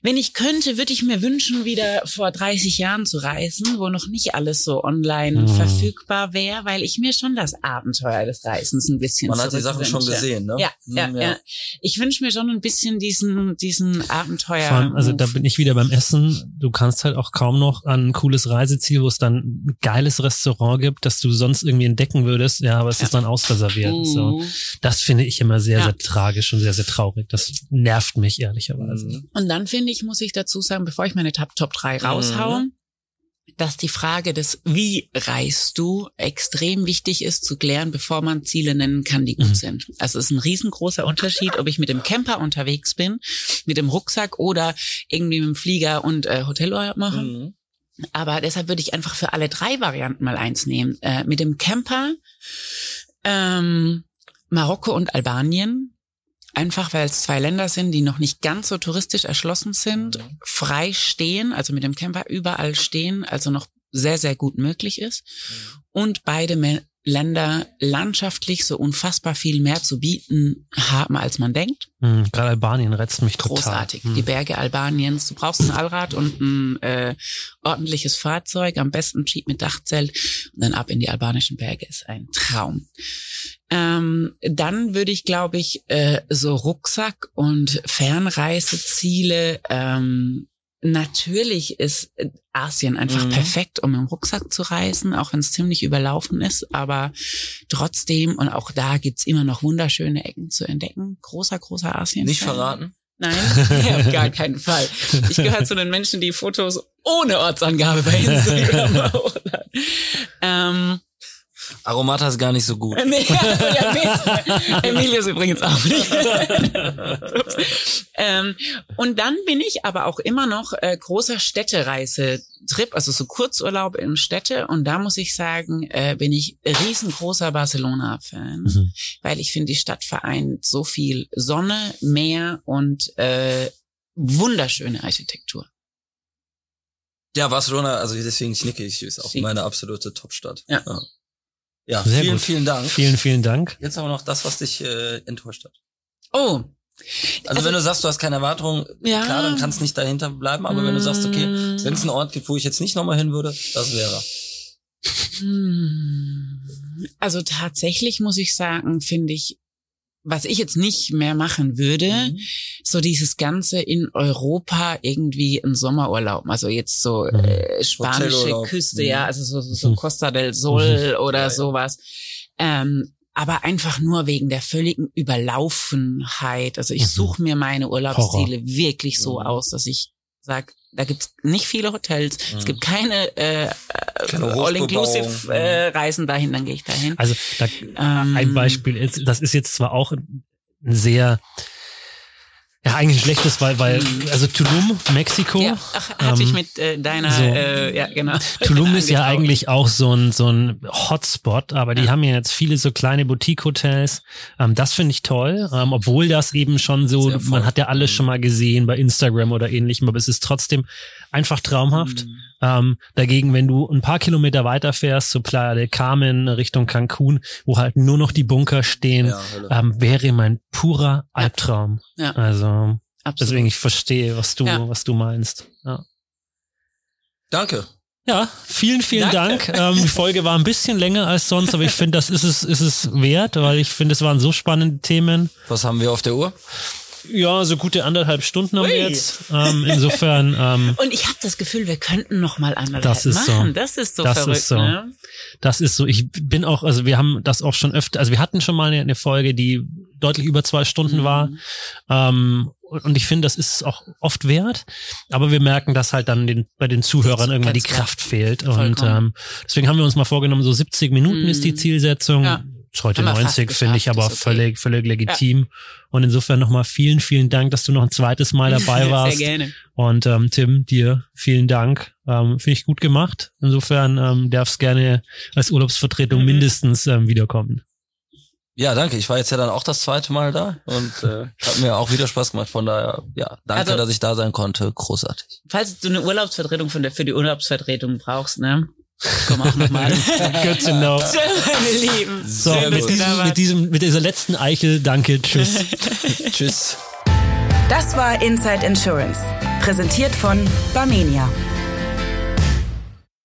Wenn ich könnte, würde ich mir wünschen, wieder vor 30 Jahren zu reisen, wo noch nicht alles so online verfügbar wäre, weil ich mir schon das Abenteuer des Reisens ein bisschen Man hat die Sachen schon gesehen, ne? Ja. Ich wünsche mir schon ein bisschen diesen Abenteuer. Vor allem, also da bin ich wieder beim Essen. Du kannst halt auch kaum noch an ein cooles Reiseziel, wo es dann ein geiles Restaurant gibt, das du sonst irgendwie entdecken würdest. Ja, aber es ist dann ausreserviert. So. Das finde ich immer sehr, sehr tragisch und sehr, sehr traurig. Das nervt mich ehrlicherweise. Und dann finde ich, muss ich dazu sagen, bevor ich meine Top 3 raushaue, dass die Frage des Wie reist du extrem wichtig ist zu klären, bevor man Ziele nennen kann, die gut sind. Also es ist ein riesengroßer Unterschied, ob ich mit dem Camper unterwegs bin, mit dem Rucksack oder irgendwie mit dem Flieger und Hotelurlaub mache. Aber deshalb würde ich einfach für alle 3 Varianten mal eins nehmen. Mit dem Camper Marokko und Albanien. Einfach, weil es 2 Länder sind, die noch nicht ganz so touristisch erschlossen sind, frei stehen, also mit dem Camper überall stehen, also noch sehr, sehr gut möglich ist. Und beide Länder landschaftlich so unfassbar viel mehr zu bieten haben, als man denkt. Gerade Albanien reizt mich total. Großartig. Die Berge Albaniens. Du brauchst ein Allrad und ein ordentliches Fahrzeug, am besten Jeep mit Dachzelt und dann ab in die albanischen Berge. Ist ein Traum. Dann würde ich, glaube ich, so Rucksack und Fernreiseziele, natürlich ist Asien einfach perfekt, um im Rucksack zu reisen, auch wenn es ziemlich überlaufen ist, aber trotzdem, und auch da gibt's immer noch wunderschöne Ecken zu entdecken. Großer Asien. Nicht verraten? Nein, auf gar keinen Fall. Ich gehöre zu den Menschen, die Fotos ohne Ortsangabe bei Instagram hochladen. Aromata ist gar nicht so gut. Nee, Emilius übrigens auch nicht. Und dann bin ich aber auch immer noch großer Städtereisetrip, also so Kurzurlaub in Städte. Und da muss ich sagen, bin ich riesengroßer Barcelona-Fan, weil ich finde, die Stadt vereint so viel Sonne, Meer und wunderschöne Architektur. Ja, Barcelona, also deswegen nicke ich, ist auch meine absolute Topstadt. Ja, sehr gut. Vielen Dank. Vielen Dank. Jetzt aber noch das, was dich enttäuscht hat. Oh. Also wenn du sagst, du hast keine Erwartungen, klar, dann kannst nicht dahinter bleiben, aber wenn du sagst, okay, wenn es einen Ort gibt, wo ich jetzt nicht nochmal hin würde, das wäre. Also tatsächlich muss ich sagen, finde ich, was ich jetzt nicht mehr machen würde, so dieses Ganze in Europa irgendwie einen Sommerurlaub, also jetzt so spanische Küste, ja, also so Costa del Sol oder sowas, aber einfach nur wegen der völligen Überlaufenheit. Also ich suche mir meine Urlaubsziele wirklich so aus, dass ich sage, da gibt's nicht viele Hotels, es gibt keine All-Inclusive Reisen dahin, dann gehe ich dahin. Also ein Beispiel ist, das ist jetzt zwar auch ein sehr, ja eigentlich ein schlechtes, weil also Tulum, Mexiko. Ja, hatte ich mit deiner, ja genau. Tulum ist ja eigentlich auch so ein Hotspot, aber die haben ja jetzt viele so kleine Boutique-Hotels. Das finde ich toll, obwohl das eben schon so, man hat ja alles schon mal gesehen bei Instagram oder ähnlichem, aber es ist trotzdem einfach traumhaft. Dagegen, wenn du ein paar Kilometer weiter fährst, so Playa del Carmen Richtung Cancun, wo halt nur noch die Bunker stehen, wäre mein purer Albtraum. Ja. Also deswegen, ich verstehe, was du meinst. Ja. Danke. Ja, vielen Dank. Die Folge war ein bisschen länger als sonst, aber ich finde, das ist es wert, weil ich finde, es waren so spannende Themen. Was haben wir auf der Uhr? Ja, so gute 1,5 Stunden haben wir jetzt. Insofern. Und ich habe das Gefühl, wir könnten noch mal 1,5 machen. Das ist so verrückt. Ne? Das ist so. Ich bin auch, also wir haben das auch schon öfter, also wir hatten schon mal eine Folge, die deutlich über 2 Stunden war. Und ich finde, das ist auch oft wert. Aber wir merken, dass halt dann bei den Zuhörern irgendwann die Kraft fehlt. Und deswegen haben wir uns mal vorgenommen, so 70 Minuten ist die Zielsetzung. Ja. Heute 90 finde ich aber völlig legitim. Ja. Und insofern nochmal vielen Dank, dass du noch ein zweites Mal dabei warst. Sehr gerne. Und Tim, dir vielen Dank. Finde ich gut gemacht. Insofern darfst gerne als Urlaubsvertretung mindestens wiederkommen. Ja, danke. Ich war jetzt ja dann auch das 2. Mal da und hat mir auch wieder Spaß gemacht. Von daher, ja, danke, also, dass ich da sein konnte. Großartig. Falls du eine Urlaubsvertretung für die Urlaubsvertretung brauchst, ne? Komm auch nochmal. Good to know. Meine Lieben. So, mit dieser letzten Eichel, danke, tschüss. Tschüss. Das war Inside Insurance, präsentiert von Barmenia.